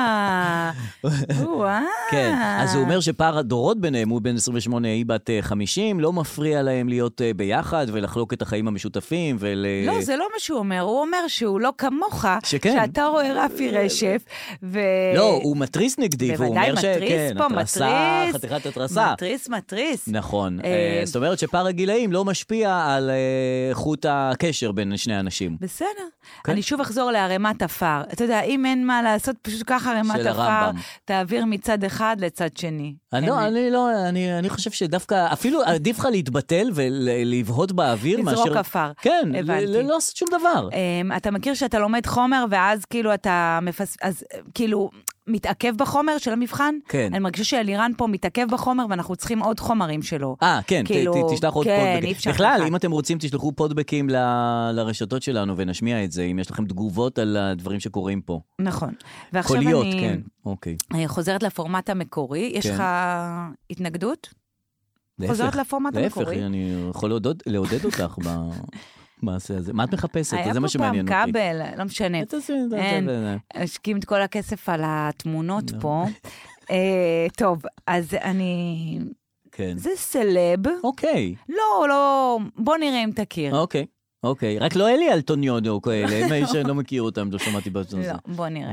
וואו. כן, אז הוא אומר שפער הדורות ביניהם, הוא בן עשרים ושמונה, היא בת חמישים, לא מפריע להם להיות ביחד ולחלוק את החיים המשותפים. ול... לא, זה לא מה שהוא אומר, הוא אומר שהוא לא כמוך, שכן. שאתה רואה רפי רשף, ו... לא, הוא מטריס נגדי, והוא אומר שכן, מטריס פה, התרסה, חתיכת התרסה. מטריס, מטריס. נכון, זאת אומרת שפער הגילאים לא משפיע על איכות הקשר בין שני אנשים. בסדר. אני שוב אחזור להרמת אפר. אתה יודע, אם אין מה לעשות, פשוט ככה הרמת אפר, תעביר מצד אחד לצד שני. אני לא, אני חושב שדווקא, אפילו עדיף לך להתבטל ולבהות באוויר מאשר... לזרוק אפר. כן, לא עושה שום דבר. אתה מכיר שאתה לומד חומר, ואז כאילו אתה מפס... אז כאילו... מתעכב בחומר של המבחן? כן. אני מרגישה שאלירן פה מתעכב בחומר, ואנחנו צריכים עוד חומרים שלו. אה, כן, כאילו, תשלח עוד כן, פודבקים. בכלל, אם אתם רוצים, תשלחו פודבקים ל... לרשתות שלנו, ונשמיע את זה, אם יש לכם תגובות על הדברים שקורים פה. נכון. ועכשיו קוליות, אני... כן, אוקיי. חוזרת לפורמט המקורי. יש כן. לך התנגדות? להפך, חוזרת לפורמט להפך, המקורי? להפך, אני יכול לעודד, לעודד אותך ב... מעשה הזה. מה את מחפשת? זה מה שמעניין אותי. היה פה פעם כבל, לא משנה. אין, השקים את כל הכסף על התמונות פה. טוב, אז אני... כן. זה סלב. אוקיי. לא, לא, בוא נראה אם תכיר. אוקיי, אוקיי. רק לא אלי אלטוניודו כאלה, מי שאני לא מכיר אותם, לא שמעתי בזה. לא, בוא נראה.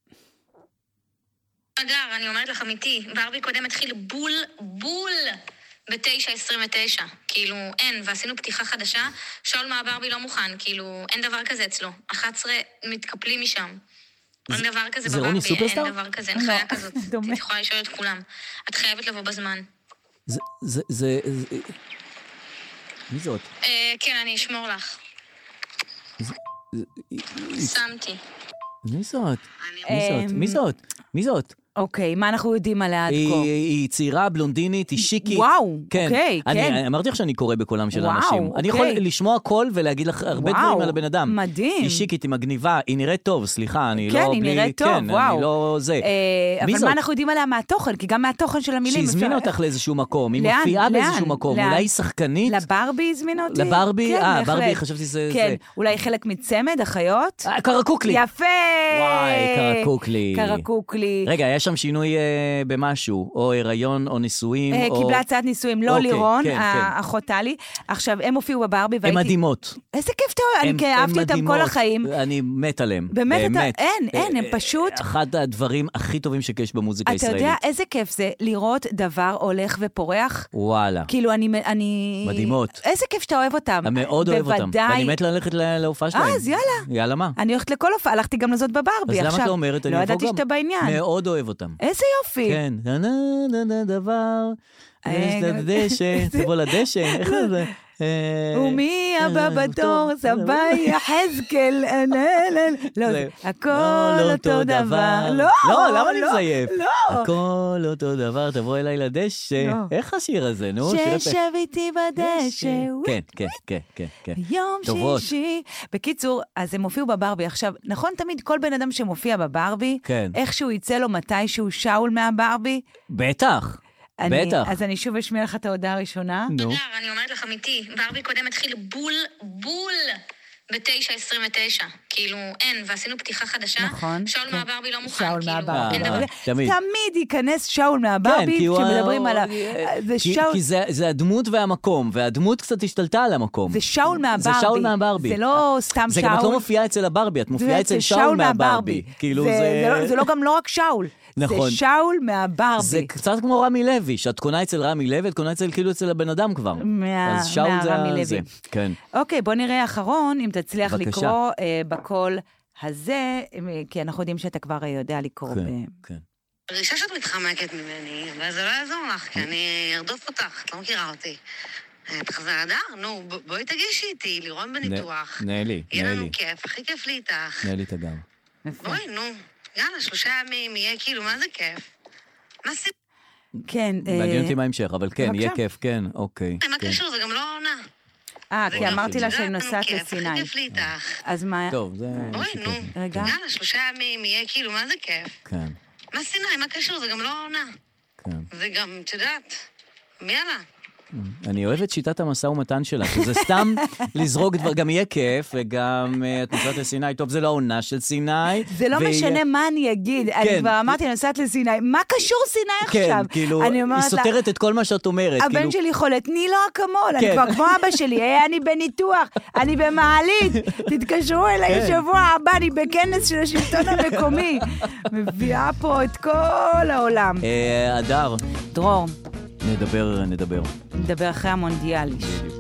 אגר, אני אומרת לך אמיתי, ברבי קודם התחיל בול, בול. ב-תשע עשרים ותשע, כאילו אין, ועשינו פתיחה חדשה, שאול מהברבי לא מוכן, כאילו אין דבר כזה אצלו, אחת עשרה מתקפלים משם. אין דבר כזה בברבי, אין דבר כזה, אין חיה כזאת. את יכולה לשאול את כולם. את חייבת לבוא בזמן. זה, זה, זה... מי זאת? כן, אני אשמור לך. שמתי. מי זאת? מי זאת? מי זאת? מי זאת? אוקיי, מה אנחנו יודעים עליה עד כה? היא צעירה, בלונדינית, היא שיקית. וואו, אוקיי, כן. אני אמרתי לך שאני קורא בקולם של אנשים. אני יכול לשמוע קול ולהגיד לך הרבה דברים על הבן אדם. מדהים. היא שיקית, היא מגניבה, היא נראית טוב, סליחה, אני לא... כן, היא נראית טוב, וואו. אני לא זה. אבל מה אנחנו יודעים עליה מהתוכן? כי גם מהתוכן של המילים... שהזמינה אותך לאיזשהו מקום, היא מופיעה באיזשהו מקום, אולי היא שחקנית. לברבי הזמינה אותי? לברבי? אה, ברבי, חשבתי שזה... כן, אולי חלק מצמד, אחיות? קרקוקלי. יפה! וואי, קרקוקלי. קרקוקלי. רגע, היה שם שינוי במשהו, או הריון, או נישואים, או... קיבלה הצעת נישואים, לא לירון, האחות טלי. עכשיו, הם הופיעו בברבי, והייתי... הם מדהימות. איזה כיף אתה אוהב, אני אהבתי אותם כל החיים. אני מת עליהם. באמת, אין, אין, הם פשוט... אחד הדברים הכי טובים שיש במוזיקה הישראלית. אתה יודע איזה כיף זה לראות דבר הולך ופורח? וואלה. כאילו, אני... מדהימות. איזה כיף שאתה אוהב אותם. אני מאוד אוהב אותם. ואני מת ללכת להופעה שלהם. אז יאללה. יאללה מה? אני הולכת לכל הופעה, הלכתי גם לזאת בברבי. אז למה אתה אומרת? לא ידעתי שאתה בעניין. מאוד אוהב אותם. איזה יופי. כן. נה נה נה נה דבר. יש לדשא, תבוא לדשא. איך זה? ומי הבא בתור, סבאי יחזקאל, לא, הכל אותו דבר. לא, לא, למה אני מזייף? הכל אותו דבר, תבוא אליי לדשא. איך השיר הזה, נו? ששב איתי בדשא. כן, כן, כן, כן. יום שישי. בקיצור, אז הם הופיעו בברבי. עכשיו, נכון תמיד כל בן אדם שמופיע בברבי, איכשהו יצא לו מתישהו שאול מהברבי? בטח. בטח. אז אני שוב אשמיע לך את ההודעה הראשונה. נו. אני אומרת לך אמיתי, ברבי קודם התחיל בול, בול ב-תשע עשרים ותשע. כאילו, אין, ועשינו פתיחה חדשה. נכון. שאול מהברבי לא מוכן, שאול כאילו, מהברבי. אין דבר. תמיד. תמיד ייכנס שאול מהברבי, כשמדברים על ה... כי זה הדמות והמקום, והדמות קצת השתלטה על המקום. זה שאול מהברבי. זה שאול מהברבי. זה לא סתם שאול. זה גם את לא מופיעה אצל הברבי, את מופיעה אצל שאול מהברבי. כאילו זה... זה לא גם לא רק שאול. נכון. זה שאול מהברבי. זה קצת כמו רמי לוי, שאת קונה אצל רמי לוי, את קונה אצל כאילו אצל הבן אדם כבר. אז שאול זה זה. כן. אוקיי, בוא נראה האחרון, אם תצליח לקרוא בקול הזה, כי אנחנו יודעים שאתה כבר יודע לקרוא. כן, כן. פרישה שאת מתחמקת ממני, אבל זה לא יעזור לך, כי אני ארדוף אותך, את לא מכירה אותי. תחזר אדר, נו, בואי תגישי איתי, לירון בניתוח. נהלי, יהיה לנו כיף, הכי כיף לי איתך. נהלי את הגב. בואי, נו. יאללה, שלושה ימים, יהיה כאילו, מה זה כיף? מה סיפור? כן. מעניין אותי מה המשך, אבל כן, יהיה כיף, כן, אוקיי. מה קשור, זה גם לא עונה. אה, כי אמרתי לה שאני נוסעת לסיני. הכי כיף לי איתך. אז מה... טוב, זה... בואי, נו. רגע. יאללה, שלושה ימים, יהיה כאילו, מה זה כיף? כן. מה סיני, מה קשור, זה גם לא עונה. כן. זה גם, את יודעת, יאללה. אני אוהב את שיטת המשא ומתן שלה, שזה סתם לזרוק דבר, גם יהיה כיף, וגם את נוסעת לסיני, טוב, זה לא העונה של סיני. זה לא משנה מה אני אגיד, אני כבר אמרתי, אני נוסעת לסיני, מה קשור סיני עכשיו? כן, כאילו, היא סותרת את כל מה שאת אומרת. הבן שלי חולה, תני לו אקמול, אני כבר כמו אבא שלי, אני בניתוח, אני במעלית, תתקשרו אליי שבוע הבא, אני בכנס של השלטון המקומי. מביאה פה את כל העולם. אדר. דרור. נדבר, נדבר. נדבר אחרי המונדיאלי.